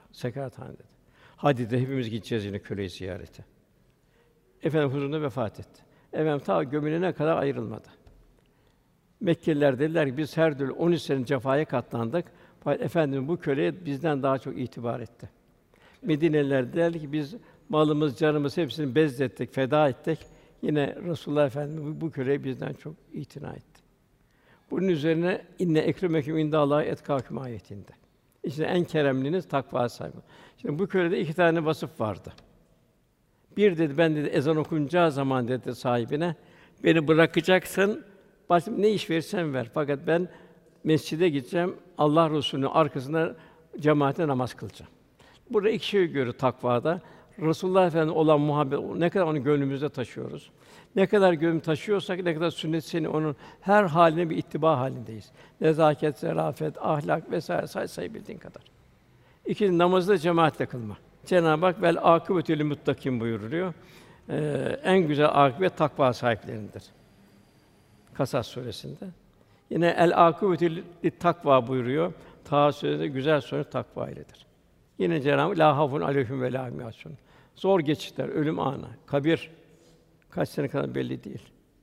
Sekarathane dedi. Hadi de hepimiz gideceğiz yine köleyi ziyarete. Efendim huzurunda vefat etti. Efendim ta gömülene kadar ayrılmadı. Mekkeliler dediler ki biz her türlü on üç sene cefaya katlandık. Fakat Efendimiz bu köleye bizden daha çok itibar etti. Medineliler dediler ki biz malımız, canımız hepsini bezlettik, feda ettik. Yine Resulullah Efendimiz bu köleye bizden çok itina etti. Bunun üzerine inne ekremeküm indallahi etkâküm ayetinde. İşte en keremliniz takva sahibi. Şimdi bu kölede iki tane vasıf vardı. Bir dedi ben dedi ezan okunacağı zaman dedi sahibine beni bırakacaksın. Başka ne iş verirsen ver. Fakat ben mescide gideceğim. Allah Resulü'nün arkasında cemaate namaz kılacağım. Burada iki şey görüyor takvada. Resulullah Efendimiz olan muhabbet ne kadar onu gönlümüzde taşıyoruz. Ne kadar gönlüm taşıyorsak ne kadar sünnet seni onun her haline bir ittiba halindeyiz. Nezaket, zarafet, ahlak vesaire say sayabildiğin kadar. İkinci namazı da cemaatle kılma. Cenab-ı Hak vel akıbetül muttakin buyuruluyor. Ee, en güzel akıbet takva sahiplerindir. Kasas suresinde. Yine el akıbetül takva buyuruyor. Taha suresinde güzel sonuç takva iledir. Yine Cenab-ı Hak la hafun aleyhim ve la hum yahzunun. Zor geçişler, ölüm anı, kabir kaç sene kadar belli değil.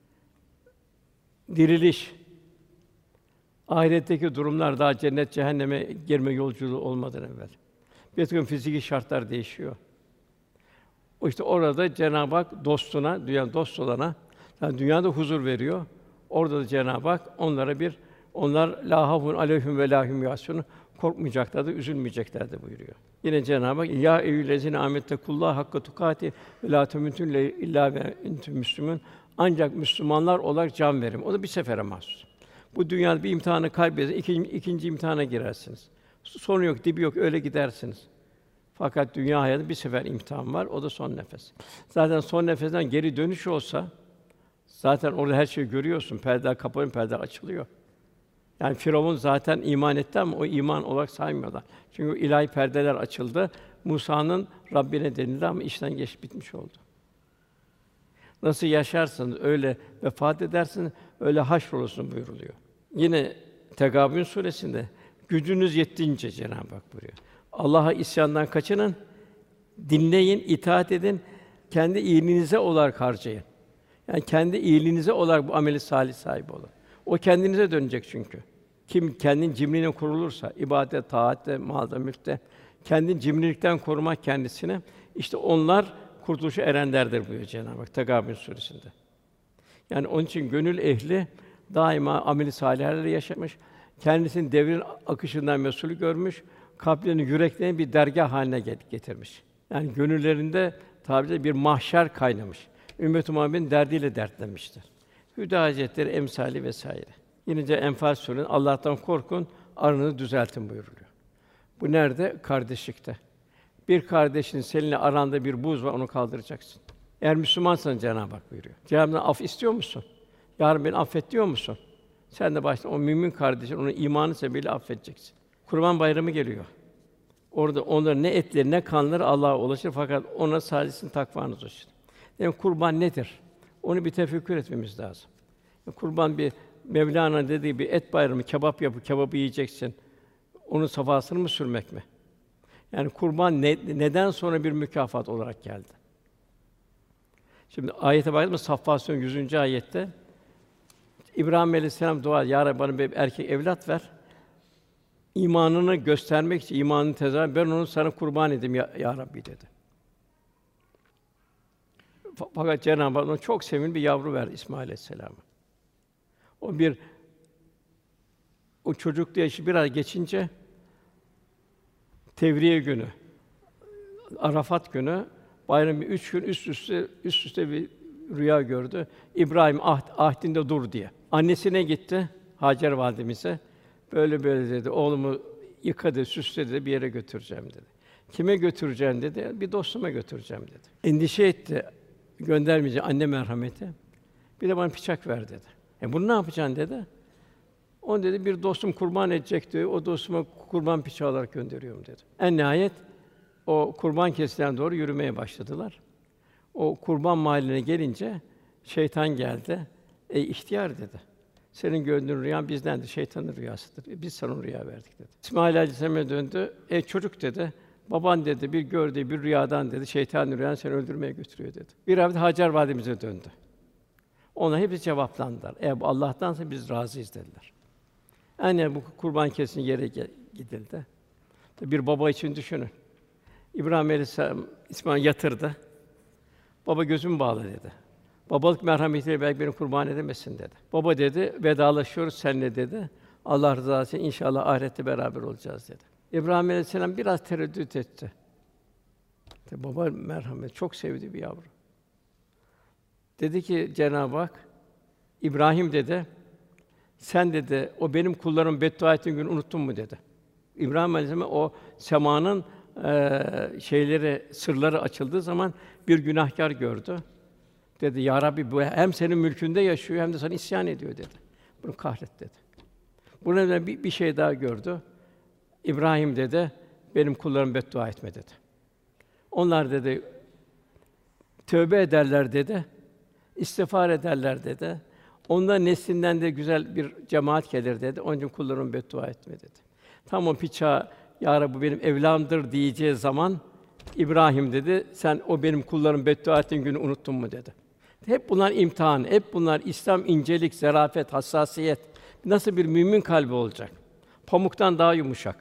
Diriliş, ahiretteki durumlar daha cennet cehenneme girme yolculuğu olmadan evvel. Bir takım fiziki şartlar değişiyor. O işte orada Cenab-ı Hak dostuna, dünya dost olana, yani dünyada huzur veriyor. Orada da Cenab-ı Hak onlara bir onlar la hafun aleyhim ve la hum yahzunun korkmayacaklardı, üzülmeyeceklerdi buyuruyor. Yine Cenab-ı Hak ya eyyühellezine âmettekullah hakka tukâti ve lâ temûtunne illâ ve entüm müslümûn. Ancak Müslümanlar olarak can verin. O da bir sefere mahsus. Bu dünyada bir imtihanı kaybedersiniz, ikinci, ikinci imtihana girersiniz. Sonu yok, dibi yok, öyle gidersiniz. Fakat dünya hayatı bir sefer imtihan var, o da son nefes. Zaten son nefesten geri dönüş olsa, zaten orada her şeyi görüyorsun, perde kapanıyor, perde açılıyor. Yani Firavun zaten iman etti ama o iman olarak saymıyorlar. Çünkü ilahi perdeler açıldı. Musa'nın Rabbine denildi ama işten geçip bitmiş oldu. Nasıl yaşarsınız öyle vefat edersiniz, öyle haşrolursun buyuruluyor. Yine Tegâbün suresinde gücünüz yettiğince Cenab-ı Hak buyuruyor. Allah'a isyandan kaçının, dinleyin, itaat edin, kendi iyiliğinize olarak harcayın. Yani kendi iyiliğinize olarak bu ameli salih sahibi olun. O kendinize dönecek çünkü. Kim kendin cimriliğine kurulursa, ibadet, taatte, malda, mülkte kendin cimrilikten korumak kendisine, işte onlar kurtuluşa erenlerdir buyuruyor Cenab-ı Hak Tegâbün suresinde. Yani onun için gönül ehli daima amel-i salihlerle yaşamış, kendisini devrin akışından mesul görmüş, kalplerini, yüreklerini bir dergâh haline getirmiş. Yani gönüllerinde tabiri bir mahşer kaynamış. Ümmet-i Muhammed'in derdiyle dertlenmiştir. Hüda Hazretleri emsali vesaire. Yine de Enfal Sûresinde Allah'tan korkun, aranızı düzeltin buyuruluyor. Bu nerede? Kardeşlikte. Bir kardeşin seninle aranda bir buz var, onu kaldıracaksın. Eğer Müslümansan Cenab-ı Hak buyuruyor. Cenab-ı Hak af istiyor musun? Ya Rabbi beni affet diyor musun? Sen de başta o mümin kardeşin onun imanı sebebiyle affedeceksin. Kurban Bayramı geliyor. Orada onların ne etleri ne kanları Allah'a ulaşır fakat ona salisin takvanız olsun. Yani kurban nedir? Onu bir tefekkür etmemiz lazım. Kurban bir Mevlana dediği bir et bayramı, kebap yapıp kebabı yiyeceksin. Onun safhasını mı sürmek mi? Yani kurban ne, neden sonra bir mükafat olarak geldi? Şimdi ayete baktığımız Saffât Sûresi yüzüncü ayette İbrahim Aleyhisselam dua, Ya Rabbi bana bir erkek evlat ver. İmanını göstermek için, imanını tezahür, ben onu sana kurban edeyim ya, ya Rabbi dedi. Fakat Cenab-ı Hak ona çok sevimli bir yavru verdi İsmail Aleyhisselam'a. O bir o çocukluğu yaşı biraz geçince Tevriye günü, Arafat günü, bayram üç gün üst üste üst üste bir rüya gördü. İbrahim ahd, ahdinde dur diye. Annesine gitti Hacer validemize. Böyle böyle dedi. Oğlumu yıkadı, süsledi, bir yere götüreceğim dedi. Kime götüreceğim dedi. Bir dostuma götüreceğim dedi. Endişe etti. Göndermeyeceğim anne merhameti. Bir de bana bıçak ver dedi. E bunu ne yapacaksın dedi. On dedi bir dostum kurban edecek diyor. O dostuma kurban bıçağı olarak gönderiyorum dedi. En nihayet o kurban kesilen doğru yürümeye başladılar. O kurban mahalline gelince şeytan geldi. Ey ihtiyar dedi. Senin gördüğün rüyan bizdendir, şeytanın rüyasıdır. E, biz sana rüya verdik dedi. İsmail Aleyhisselam'a döndü. Ey çocuk dedi. Baban dedi bir gördüğü bir rüyadan dedi şeytan rüyan seni öldürmeye götürüyor dedi. Bir hafta Hacer validemize döndü. Ona hepsi cevaplandılar. Eğer bu Allah'tansa biz razıyız dediler. Yani bu kurban kesin yere gidildi. Bir baba için düşünün. İbrahim Aleyhisselam İsmail yatırdı. Baba gözümü bağla dedi. Babalık merhametiyle belki beni kurban edemezsin dedi. Baba dedi, vedalaşıyoruz seninle dedi. Allah rızası için inşallah ahirette beraber olacağız dedi. İbrahim Aleyhisselam biraz tereddüt etti. İşte baba merhamet, çok sevdi bir yavru. Dedi ki Cenab-ı Hak, İbrahim dedi, sen dedi, o benim kullarım beddua ettiğin günü unuttun mu dedi. İbrahim Aleyhisselam o semanın eee şeyleri, sırları açıldığı zaman bir günahkar gördü. Dedi, Ya Rabbi bu hem senin mülkünde yaşıyor hem de sana isyan ediyor dedi. Bunu kahret dedi. Bu nedenle bir, bir şey daha gördü. İbrahim dedi, benim kullarım beddua etme dedi. Onlar dedi, tövbe ederler dedi, istiğfar ederler dedi. Onların neslinden de güzel bir cemaat gelir dedi. Onun için kullarım beddua etme dedi. Tam o piça, Ya Rabbi bu benim evlamdır diyeceği zaman İbrahim dedi, sen o benim kullarım beddua ettiğin günü unuttun mu dedi. Hep bunlar imtihan, hep bunlar İslam incelik, zarafet, hassasiyet. Nasıl bir mümin kalbi olacak? Pamuktan daha yumuşak.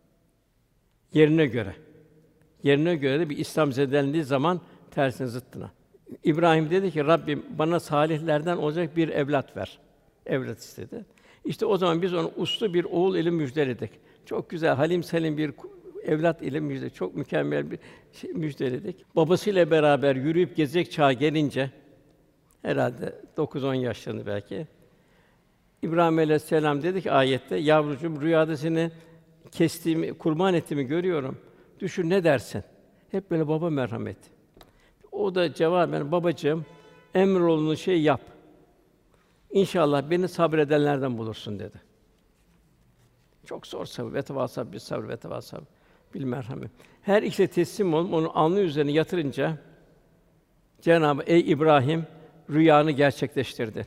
Yerine göre. Yerine göre de bir İslam zedelendiği zaman tersine zıttına. İbrahim dedi ki Rabbim bana salihlerden olacak bir evlat ver. Evlat istedi. İşte o zaman biz ona uslu bir oğul ile müjdeledik. Çok güzel, halim selim bir evlat ile müjde, çok mükemmel bir şey müjdeledik. Babasıyla beraber yürüyüp gezecek çağa gelince herhalde dokuz on yaşlarında belki. İbrahim Aleyhisselam dedi ki ayette, yavrucuğum rüyada seni kestiğimi, kurban ettiğimi görüyorum. Düşün ne dersin? Hep böyle baba merhameti. O da cevaben babacığım emrolunduğun şeyi yap. İnşallah beni sabredenlerden bulursun dedi. Çok zor sabır, ve tevasab bir sabır ve tevasab bil merhamet. Her işe teslim olup onu alnı üzerine yatırınca Cenab-ı Ey İbrahim rüyanı gerçekleştirdi.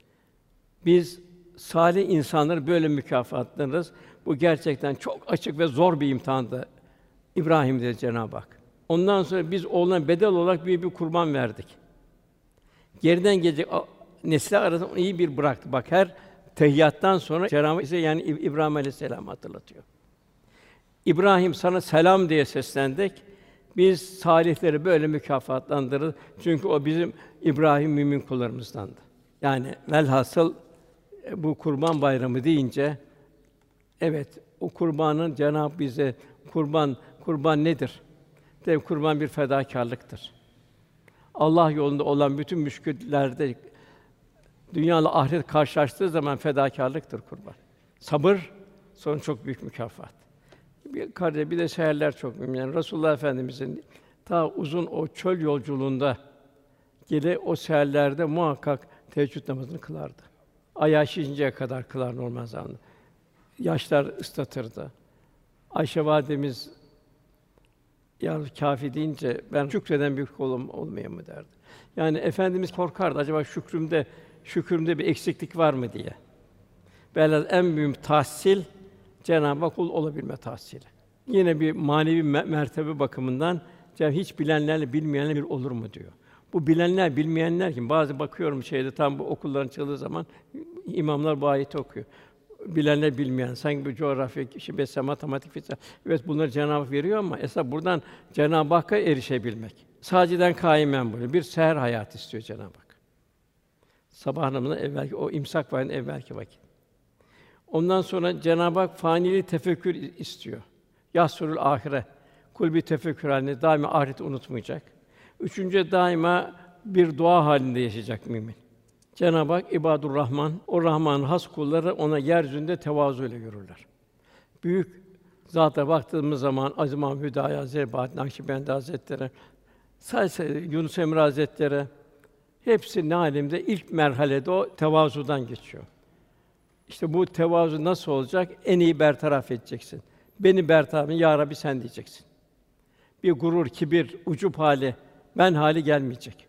Biz salih insanları böyle mükafatlarız. Bu gerçekten çok açık ve zor bir imtihandı. İbrahim dedi Cenab-ı Hak. Ondan sonra biz oğluna bedel olarak büyük bir kurban verdik. Geriden gelecek nesli arasında iyi bir bıraktı. Bak her tehiyyattan sonra Cenab-ı Hak bize yani İbrahim Aleyhisselam hatırlatıyor. İbrahim sana selam diye seslendik. Biz salihleri böyle mükafatlandırırız. Çünkü o bizim İbrahim mümin kullarımızdandı. Yani velhasıl bu Kurban Bayramı deyince evet o kurbanın Cenab-ı bize kurban kurban nedir? De kurban bir fedakârlıktır. Allah yolunda olan bütün müşküllerde dünyayla ahiret karşılaştığı zaman fedakârlıktır kurban. Sabır sonra çok büyük mükafat. Bir kardeş bir de seherler çok mühim. Yani Resulullah Efendimizin ta uzun o çöl yolculuğunda gele o seherlerde muhakkak teheccüd namazını kılardı. Ayağı şişinceye kadar kılar normal zamanda. Yaşlar ıslatırdı. Ayşe validemiz ya kâfi deyince ben şükreden bir kul olmayayım mı derdi. Yani efendimiz korkardı acaba şükrümde şükrümde bir eksiklik var mı diye. Velhâsıl en büyük tahsil Cenab-ı Hak kul olabilme tahsili. Yine bir manevi mertebe bakımından Cenab-ı hiç bilenlerle bilmeyenler bir olur mu diyor. Bu bilenler bilmeyenler kim? Bazı bakıyorum şeyde tam bu okulların çaldığı zaman imamlar bu ayeti okuyor. Bilenler bilmeyen, sanki bir coğrafya, işte mesela matematik, fizik. Evet bunları Cenab-ı Hak veriyor ama esas buradan Cenab-ı Hakk'a erişebilmek. Sâciden kâimen böyle bir seher hayatı istiyor Cenab-ı Hak. Sabah namazından evvelki o imsak vaktinin evvelki vakit. Ondan sonra Cenab-ı Hak faniliği tefekkür istiyor. Yahsurul ahire. Kul bir tefekkür halinde daima ahireti unutmayacak. Üçüncü daima bir dua halinde yaşayacak mümin. Cenab-ı Hak İbadur Rahman, o Rahman'ın has kulları ona yeryüzünde tevazu ile yürürler. Büyük zata baktığımız zaman Aziz Mahmud Hüdayi Hazretleri, Bahattin Nakşibendi Hazretleri, sadece Yunus Emre Hazretleri hepsi ne alemde ilk merhalede o tevazudan geçiyor. İşte bu tevazu nasıl olacak? En iyi bertaraf edeceksin. Beni bertaraf ya Rabbi sen diyeceksin. Bir gurur, kibir, ucup hali, ben hali gelmeyecek.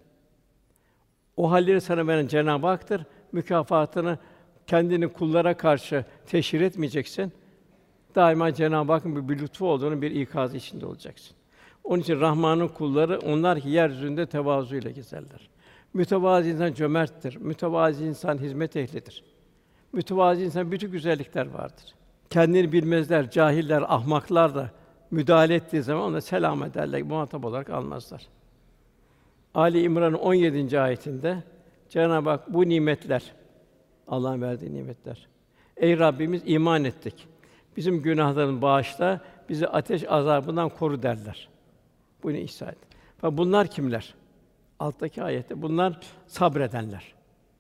O halleri sana veren Cenab-ı Hak'tır. Mükafatını kendini kullara karşı teşhir etmeyeceksin. Daima Cenab-ı Hakk'ın bir lütfu olduğunu bir ikazı içinde olacaksın. Onun için Rahman'ın kulları onlar ki yeryüzünde tevazuyla gezerler. Mütevazı insan cömerttir. Mütevazı insan hizmet ehlidir. Mütevazı insan bütün güzellikler vardır. Kendini bilmezler, cahiller, ahmaklar da müdahale ettiği zaman ona selam ederler, muhatap olarak almazlar. Ali İmran'ın on yedinci ayetinde Cenab-ı Hak bu nimetler, Allah'ın verdiği nimetler. Ey Rabbimiz iman ettik. Bizim günahlarını bağışla, bizi ateş azabından koru derler. Bunu ihsan et. Fakat bunlar kimler? Alttaki ayette bunlar sabredenler.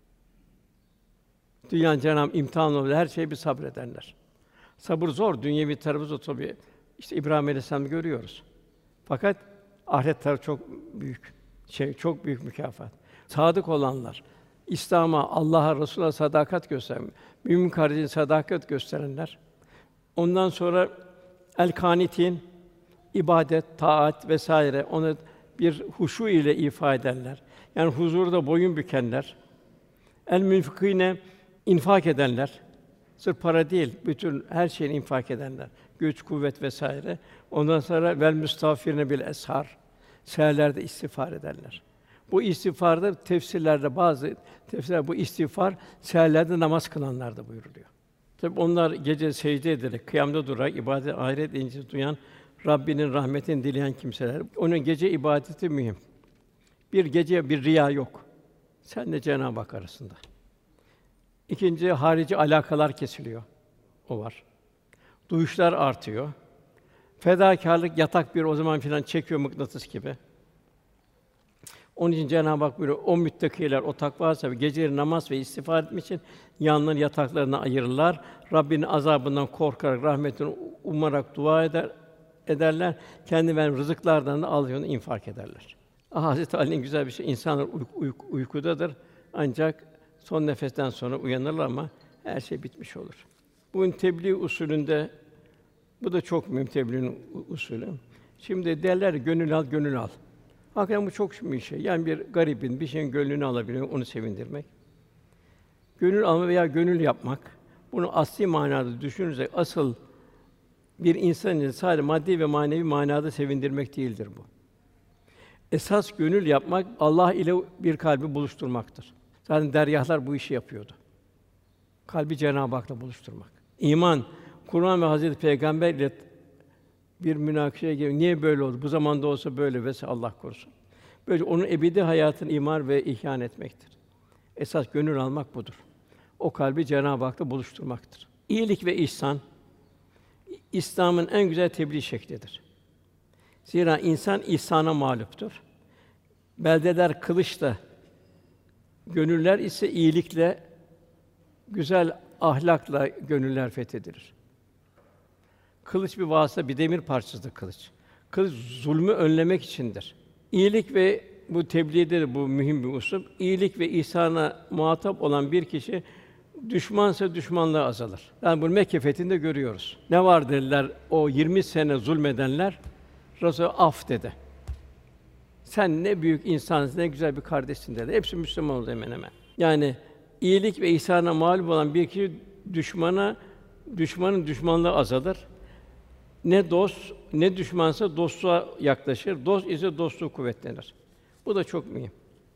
Dünyanın Cenab-ı imtihan olur, her şeyi bir sabredenler. Sabır zor, dünyevi tarafı zor tabii. İşte İbrahim Aleyhisselam'ı görüyoruz. Fakat ahiret tarafı çok büyük şey, çok büyük mükafat. Sadık olanlar, İslam'a, Allah'a, Resûl'a sadakat gösteren, mümin kardeşine sadakat gösterenler. Ondan sonra el-kânitin, ibadet, taat vesaire onu bir huşu ile ifade ederler. Yani huzurda boyun bükenler. El-münfikîne, infak edenler. Sırf para değil, bütün her şeyini infak edenler. Güç, kuvvet vesaire. Ondan sonra vel müstağfirine bil eshar. Seherlerde istiğfar ederler. Bu istiğfarda tefsirlerde bazı tefsirler bu istiğfar seherlerde namaz kılanlarda buyuruluyor. Tabi onlar gece secde ederek kıyamda durarak ibadet ahiret incisi duyan Rabbinin rahmetini dileyen kimseler. Onun gece ibadeti mühim. Bir gece bir riya yok. Sen de Cenab-ı Hak arasında. İkinci harici alakalar kesiliyor. O var. Duyuşlar artıyor. Fedakârlık yatak bir o zaman filan çekiyor mıknatıs gibi. Onun için Cenab-ı Hak buyuruyor, o müttakiler, o takva sahibi geceleri namaz ve istiğfar etmek için yanlarını yataklarına ayırırlar. Rabbinin azabından korkarak, rahmetini umarak dua eder ederler. Kendi veren rızıklardan da alıyorunu infak ederler. Ah, Hazreti Ali'nin güzel bir şey, insanlar uy- uy- uykudadır. Ancak son nefesten sonra uyanırlar ama her şey bitmiş olur. Bugün tebliğ usulünde bu da çok mühim tebliğin usulü. Şimdi derler gönül al, gönül al. Hakikaten bu çok mühim şey. Yani bir garibin bir şeyin gönlünü alabilmek, onu sevindirmek. Gönül alma veya gönül yapmak. Bunu asli manada düşünürsek asıl bir insanı sadece maddi ve manevi manada sevindirmek değildir bu. Esas gönül yapmak Allah ile bir kalbi buluşturmaktır. Zaten deryahlar bu işi yapıyordu. Kalbi Cenab-ı Hak'la buluşturmak. İman, Kur'an ve Hazreti Peygamber ile bir münakaşaya giriyor. Niye böyle oldu? Bu zamanda olsa böyle vs. Allah korusun. Böyle onun ebedi hayatını imar ve ihyan etmektir. Esas gönül almak budur. O kalbi Cenab-ı Hak'la buluşturmaktır. İyilik ve ihsan İslam'ın en güzel tebliğ şeklidir. Zira insan ihsana mağluptur. Beldeler kılıçla, gönüller ise iyilikle, güzel ahlakla gönüller fethedilir. Kılıç bir vasıta, bir demir parçasıdır kılıç. Kılıç zulmü önlemek içindir. İyilik ve bu tebliğde de bu mühim bir usul. İyilik ve ihsana muhatap olan bir kişi düşmansa düşmanlığı azalır. Yani bunu Mekke fethinde görüyoruz. Ne var dediler o yirmi sene zulmedenler? Resul af dedi. Sen ne büyük insansın, ne güzel bir kardeşsin dedi. Hepsi Müslüman oldu hemen hemen. Yani iyilik ve ihsana mağlup olan bir kişi düşmana düşmanın düşmanlığı azalır. Ne dost, ne düşmansa dostluğa yaklaşır. Dost ise dostluğu kuvvetlenir. Bu da çok mühim.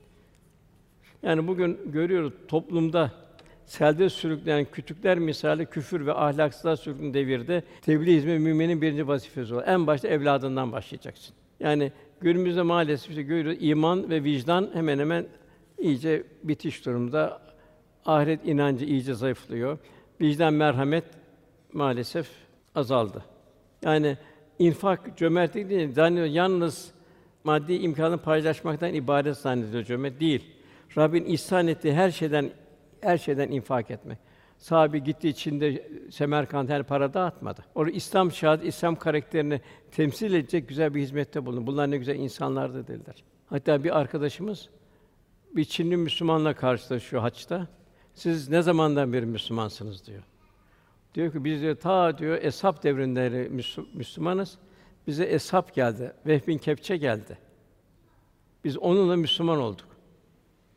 Yani bugün görüyoruz toplumda selde sürükleyen kütükler misali küfür ve ahlaksızlığa sürüklenen devirde tebliğ hizmeti müminin birinci vazifesi olur. En başta evladından başlayacaksın. Yani günümüzde maalesef işte görüyoruz iman ve vicdan hemen hemen iyice bitiş durumda. Ahiret inancı iyice zayıflıyor. Vicdan, merhamet maalesef azaldı. Yani infak, cömertlik değil, zannediyor yalnız maddi imkânı paylaşmaktan ibaret zannediyor cömert değil. Rabbin ihsan ettiği her şeyden her şeyden infak etmek. Sahabe gitti içinde Semerkant her para dağıtmadı. Orada İslam şahit, İslam karakterini temsil edecek güzel bir hizmette bulundu. Bunlar ne güzel insanlardı dediler. Hatta bir arkadaşımız bir Çinli Müslümanla karşılaşıyor haçta. Siz ne zamandan beri Müslümansınız diyor. Diyor ki biz diyor ta diyor Eshab devrinden beri Müslümanız. Bize Eshab geldi. Vehb bin Kepçe geldi. Biz onunla Müslüman olduk.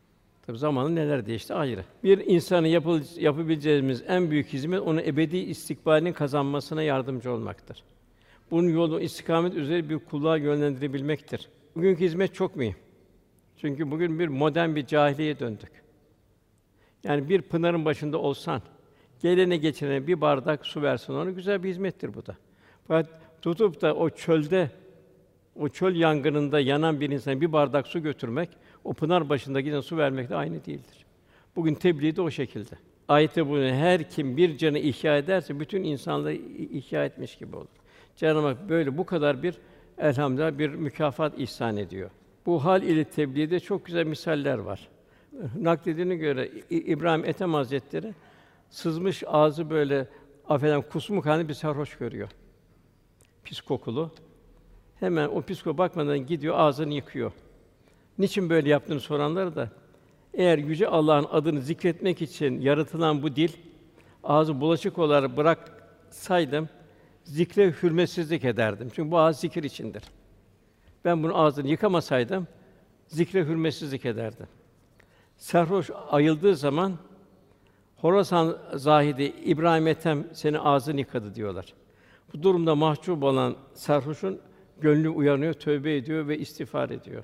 Tabii zamanla neler değişti ayrı. Bir insanı yapıl yapabileceğimiz en büyük hizmet onun ebedi istikbalini kazanmasına yardımcı olmaktır. Bunun yolu istikamet üzere bir kulluğa yönlendirebilmektir. Bugünkü hizmet çok mühim. Çünkü bugün bir modern bir cahiliyeye döndük. Yani bir pınarın başında olsan, gelene geçene bir bardak su versin ona, güzel bir hizmettir bu da. Fakat tutup da o çölde, o çöl yangınında yanan bir insana bir bardak su götürmek, o pınar başında giden su vermekle aynı değildir. Bugün tebliğ de o şekilde. Ayette bunu her kim bir canı ihya ederse bütün insanlığı ihya etmiş gibi olur. Cenab-ı Hak böyle bu kadar bir elhamdülillah bir mükafat ihsan ediyor. Bu hal ile tebliğde çok güzel misaller var. Nakledildiğine göre İbrahim Ethem Hazretleri sızmış ağzı böyle affedersin kusmuk halinde bir sarhoş görüyor. Pis kokulu. Hemen o pis kokuya bakmadan gidiyor ağzını yıkıyor. Niçin böyle yaptığını soranlara da eğer yüce Allah'ın adını zikretmek için yaratılan bu dil ağzı bulaşık olarak bıraksaydım zikre hürmetsizlik ederdim. Çünkü bu ağız zikir içindir. Ben bunun ağzını yıkamasaydım zikre hürmetsizlik ederdim. Sarhoş ayıldığı zaman Horasan zahidi İbrahim Ethem senin ağzını yıkadı diyorlar. Bu durumda mahcup olan sarhoşun gönlü uyanıyor, tövbe ediyor ve istiğfar ediyor.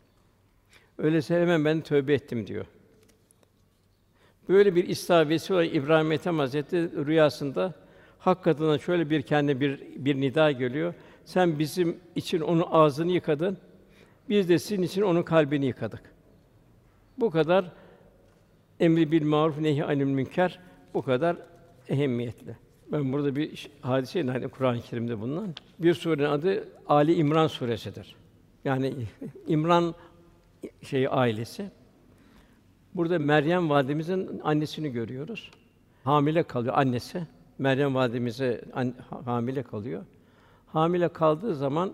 Öyleyse hemen ben tövbe ettim diyor. Böyle bir istavesi olan İbrahim Ethem Hazretleri rüyasında Hak katından şöyle bir kendine bir bir nida geliyor. Sen bizim için onun ağzını yıkadın. Biz de sizin için onun kalbini yıkadık. Bu kadar emri bil maruf nehy anil münker bu kadar ehemmiyetli. Ben burada bir hadise hani Kur'an-ı Kerim'de bulunan bir surenin adı Ali İmran suresidir. Yani İmran şey ailesi. Burada Meryem validemizin annesini görüyoruz. Hamile kalıyor annesi. Meryem validemize an, hamile kalıyor. Hamile kaldığı zaman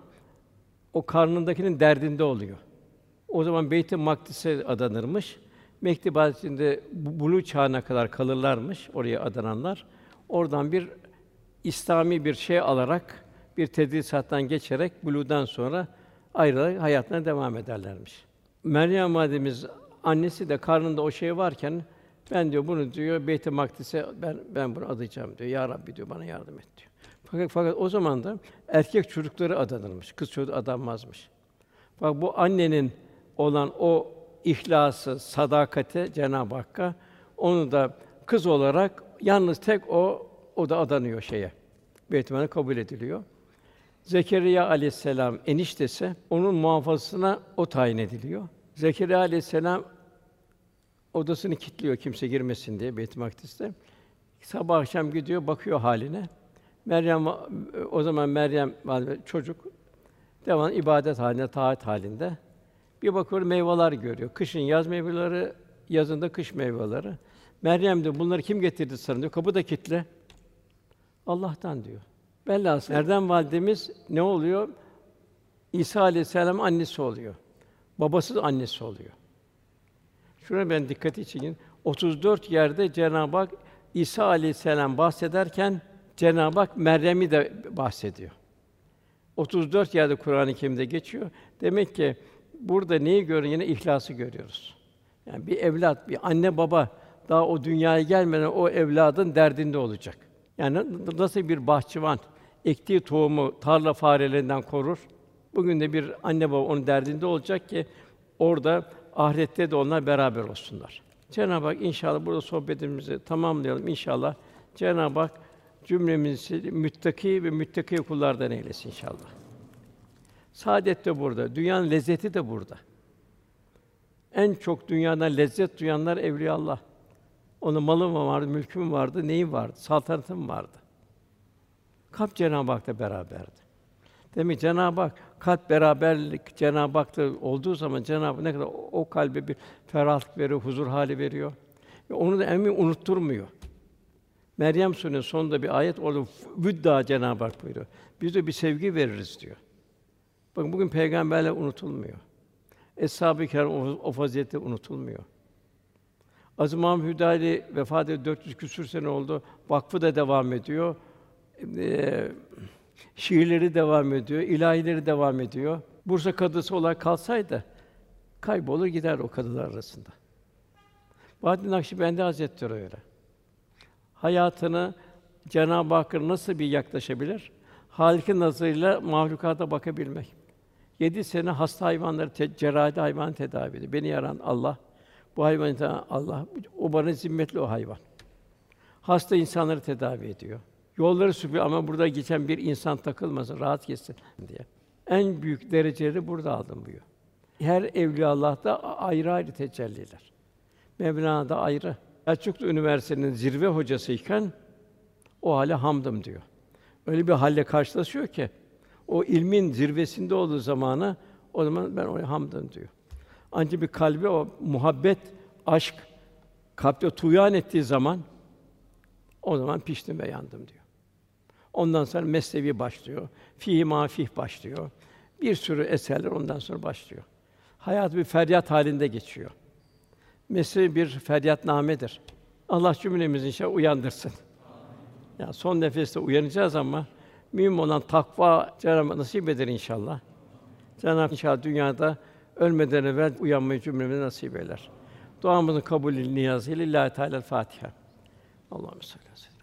o karnındakinin derdinde oluyor. O zaman Beyt-i Makdis'e adanırmış. Mekki Vadisi'nde buluğ çağına kadar kalırlarmış oraya adananlar. Oradan bir İslami bir şey alarak bir tedrisattan geçerek buluğdan sonra ayrılarak hayatına devam ederlermiş. Meryem validemiz annesi de karnında o şey varken ben diyor bunu diyor Beyt-i Makdis'e ben ben bunu adayacağım diyor. Ya Rabbi diyor bana yardım et diyor. Fakat fakat o zaman da erkek çocukları adanırmış. Kız çocuğu adanmazmış. Bak bu annenin olan o ihlası, sadakati Cenab-ı Hakk'a onu da kız olarak yalnız tek o o da adanıyor şeye. Beyt-i kabul ediliyor. Zekeriya aleyhisselam eniştesi onun muhafazasına o tayin ediliyor. Zekeriya aleyhisselam odasını kilitliyor kimse girmesin diye Beyt-i Makdis'te. Sabah akşam gidiyor bakıyor haline. Meryem o zaman Meryem çocuk devam ibadet halinde, taat halinde. Bir bakıyor meyveler görüyor. Kışın yaz meyveleri, yazında kış meyveleri. Meryem de bunları kim getirdi sana diyor. Kapı da kilitli. Allah'tan diyor. Bellası. Meryem validemiz ne oluyor? İsa aleyhisselam annesi oluyor. Babası da annesi oluyor. Şuna ben dikkati çekin. otuz dört yerde Cenab-ı Hak İsa aleyhisselam bahsederken Cenab-ı Hak Meryem'i de bahsediyor. otuz dört yerde Kur'an-ı Kerim'de geçiyor. Demek ki burada neyi görüyoruz? Yine ihlası görüyoruz. Yani bir evlat, bir anne baba daha o dünyaya gelmeden o evladın derdinde olacak. Yani nasıl bir bahçıvan ektiği tohumu tarla farelerinden korur. Bugün de bir anne baba onun derdinde olacak ki orada ahirette de onlar beraber olsunlar. Cenab-ı Hak inşallah burada sohbetimizi tamamlayalım inşallah. Cenab-ı Hak cümlemizi müttaki ve müttaki kullardan eylesin inşallah. Saadet de burada, dünyanın lezzeti de burada. En çok dünyadan lezzet duyanlar evliyaullah. Onun malı mı vardı, mülkü mü vardı, neyi vardı, saltanatı mı vardı? Kalp Cenab-ı Hak'la beraberdi. Demek Cenab-ı Hak kalp beraberlik Cenab-ı Hak'ta olduğu zaman Cenab-ı Hak ne kadar o, o kalbe bir ferahlık veriyor, huzur hali veriyor. Ve onu da emin unutturmuyor. Meryem Sûresinin sonunda bir ayet orada vüdda Cenab-ı Hak buyuruyor. Biz de bir sevgi veririz diyor. Bakın bugün peygamberler unutulmuyor. Eshab-ı Kiram o, o fazileti unutulmuyor. Aziz Mahmud Hüdayi vefat edildi dört yüz küsur sene oldu. Vakfı da devam ediyor. Ee, şiirleri devam ediyor, ilahileri devam ediyor. Bursa kadısı olarak kalsaydı kaybolur gider o kadılar arasında. Bahattin Nakşibendi Hazretleri öyle. Hayatını Cenab-ı Hakk'a nasıl bir yaklaşabilir? Hâlik'in nazarıyla mahlukata bakabilmek. Yedi sene hasta hayvanları, te- cerrahi hayvan tedavi ediyor. Beni yaran Allah, bu hayvanı da Allah, o bana zimmetli o hayvan. Hasta insanları tedavi ediyor. Yolları süpürüyor ama burada geçen bir insan takılmasın, rahat geçsin diye. En büyük dereceleri burada aldım buyuruyor. Her evliyallah'ta ayrı ayrı tecelliler. Mevlana'da ayrı. Selçuklu Üniversitesi'nin zirve hocasıyken o hale hamdım diyor. Öyle bir halle karşılaşıyor ki o ilmin zirvesinde olduğu zamanı o zaman ben oraya hamdım diyor. Ancak bir kalbi o muhabbet, aşk kalpte tuğyan ettiği zaman o zaman piştim ve yandım diyor. Ondan sonra Mesnevi başlıyor. Fî-i mâfih başlıyor. Bir sürü eserler ondan sonra başlıyor. Hayat bir feryat halinde geçiyor. Mesnevi bir feryatnamedir. Allah cümlemizi inşallah uyandırsın. Ya son nefeste uyanacağız ama mühim olan takva Cenab-ı Hak nasip eder inşallah. Cenab-ı Hak inşallah dünyada ölmeden evvel uyanmayı cümlemize nasip eder. Duamızın kabulü niyazıyla Lillahi Teala Fatiha. Allahümme salli aleyhi ve sellem.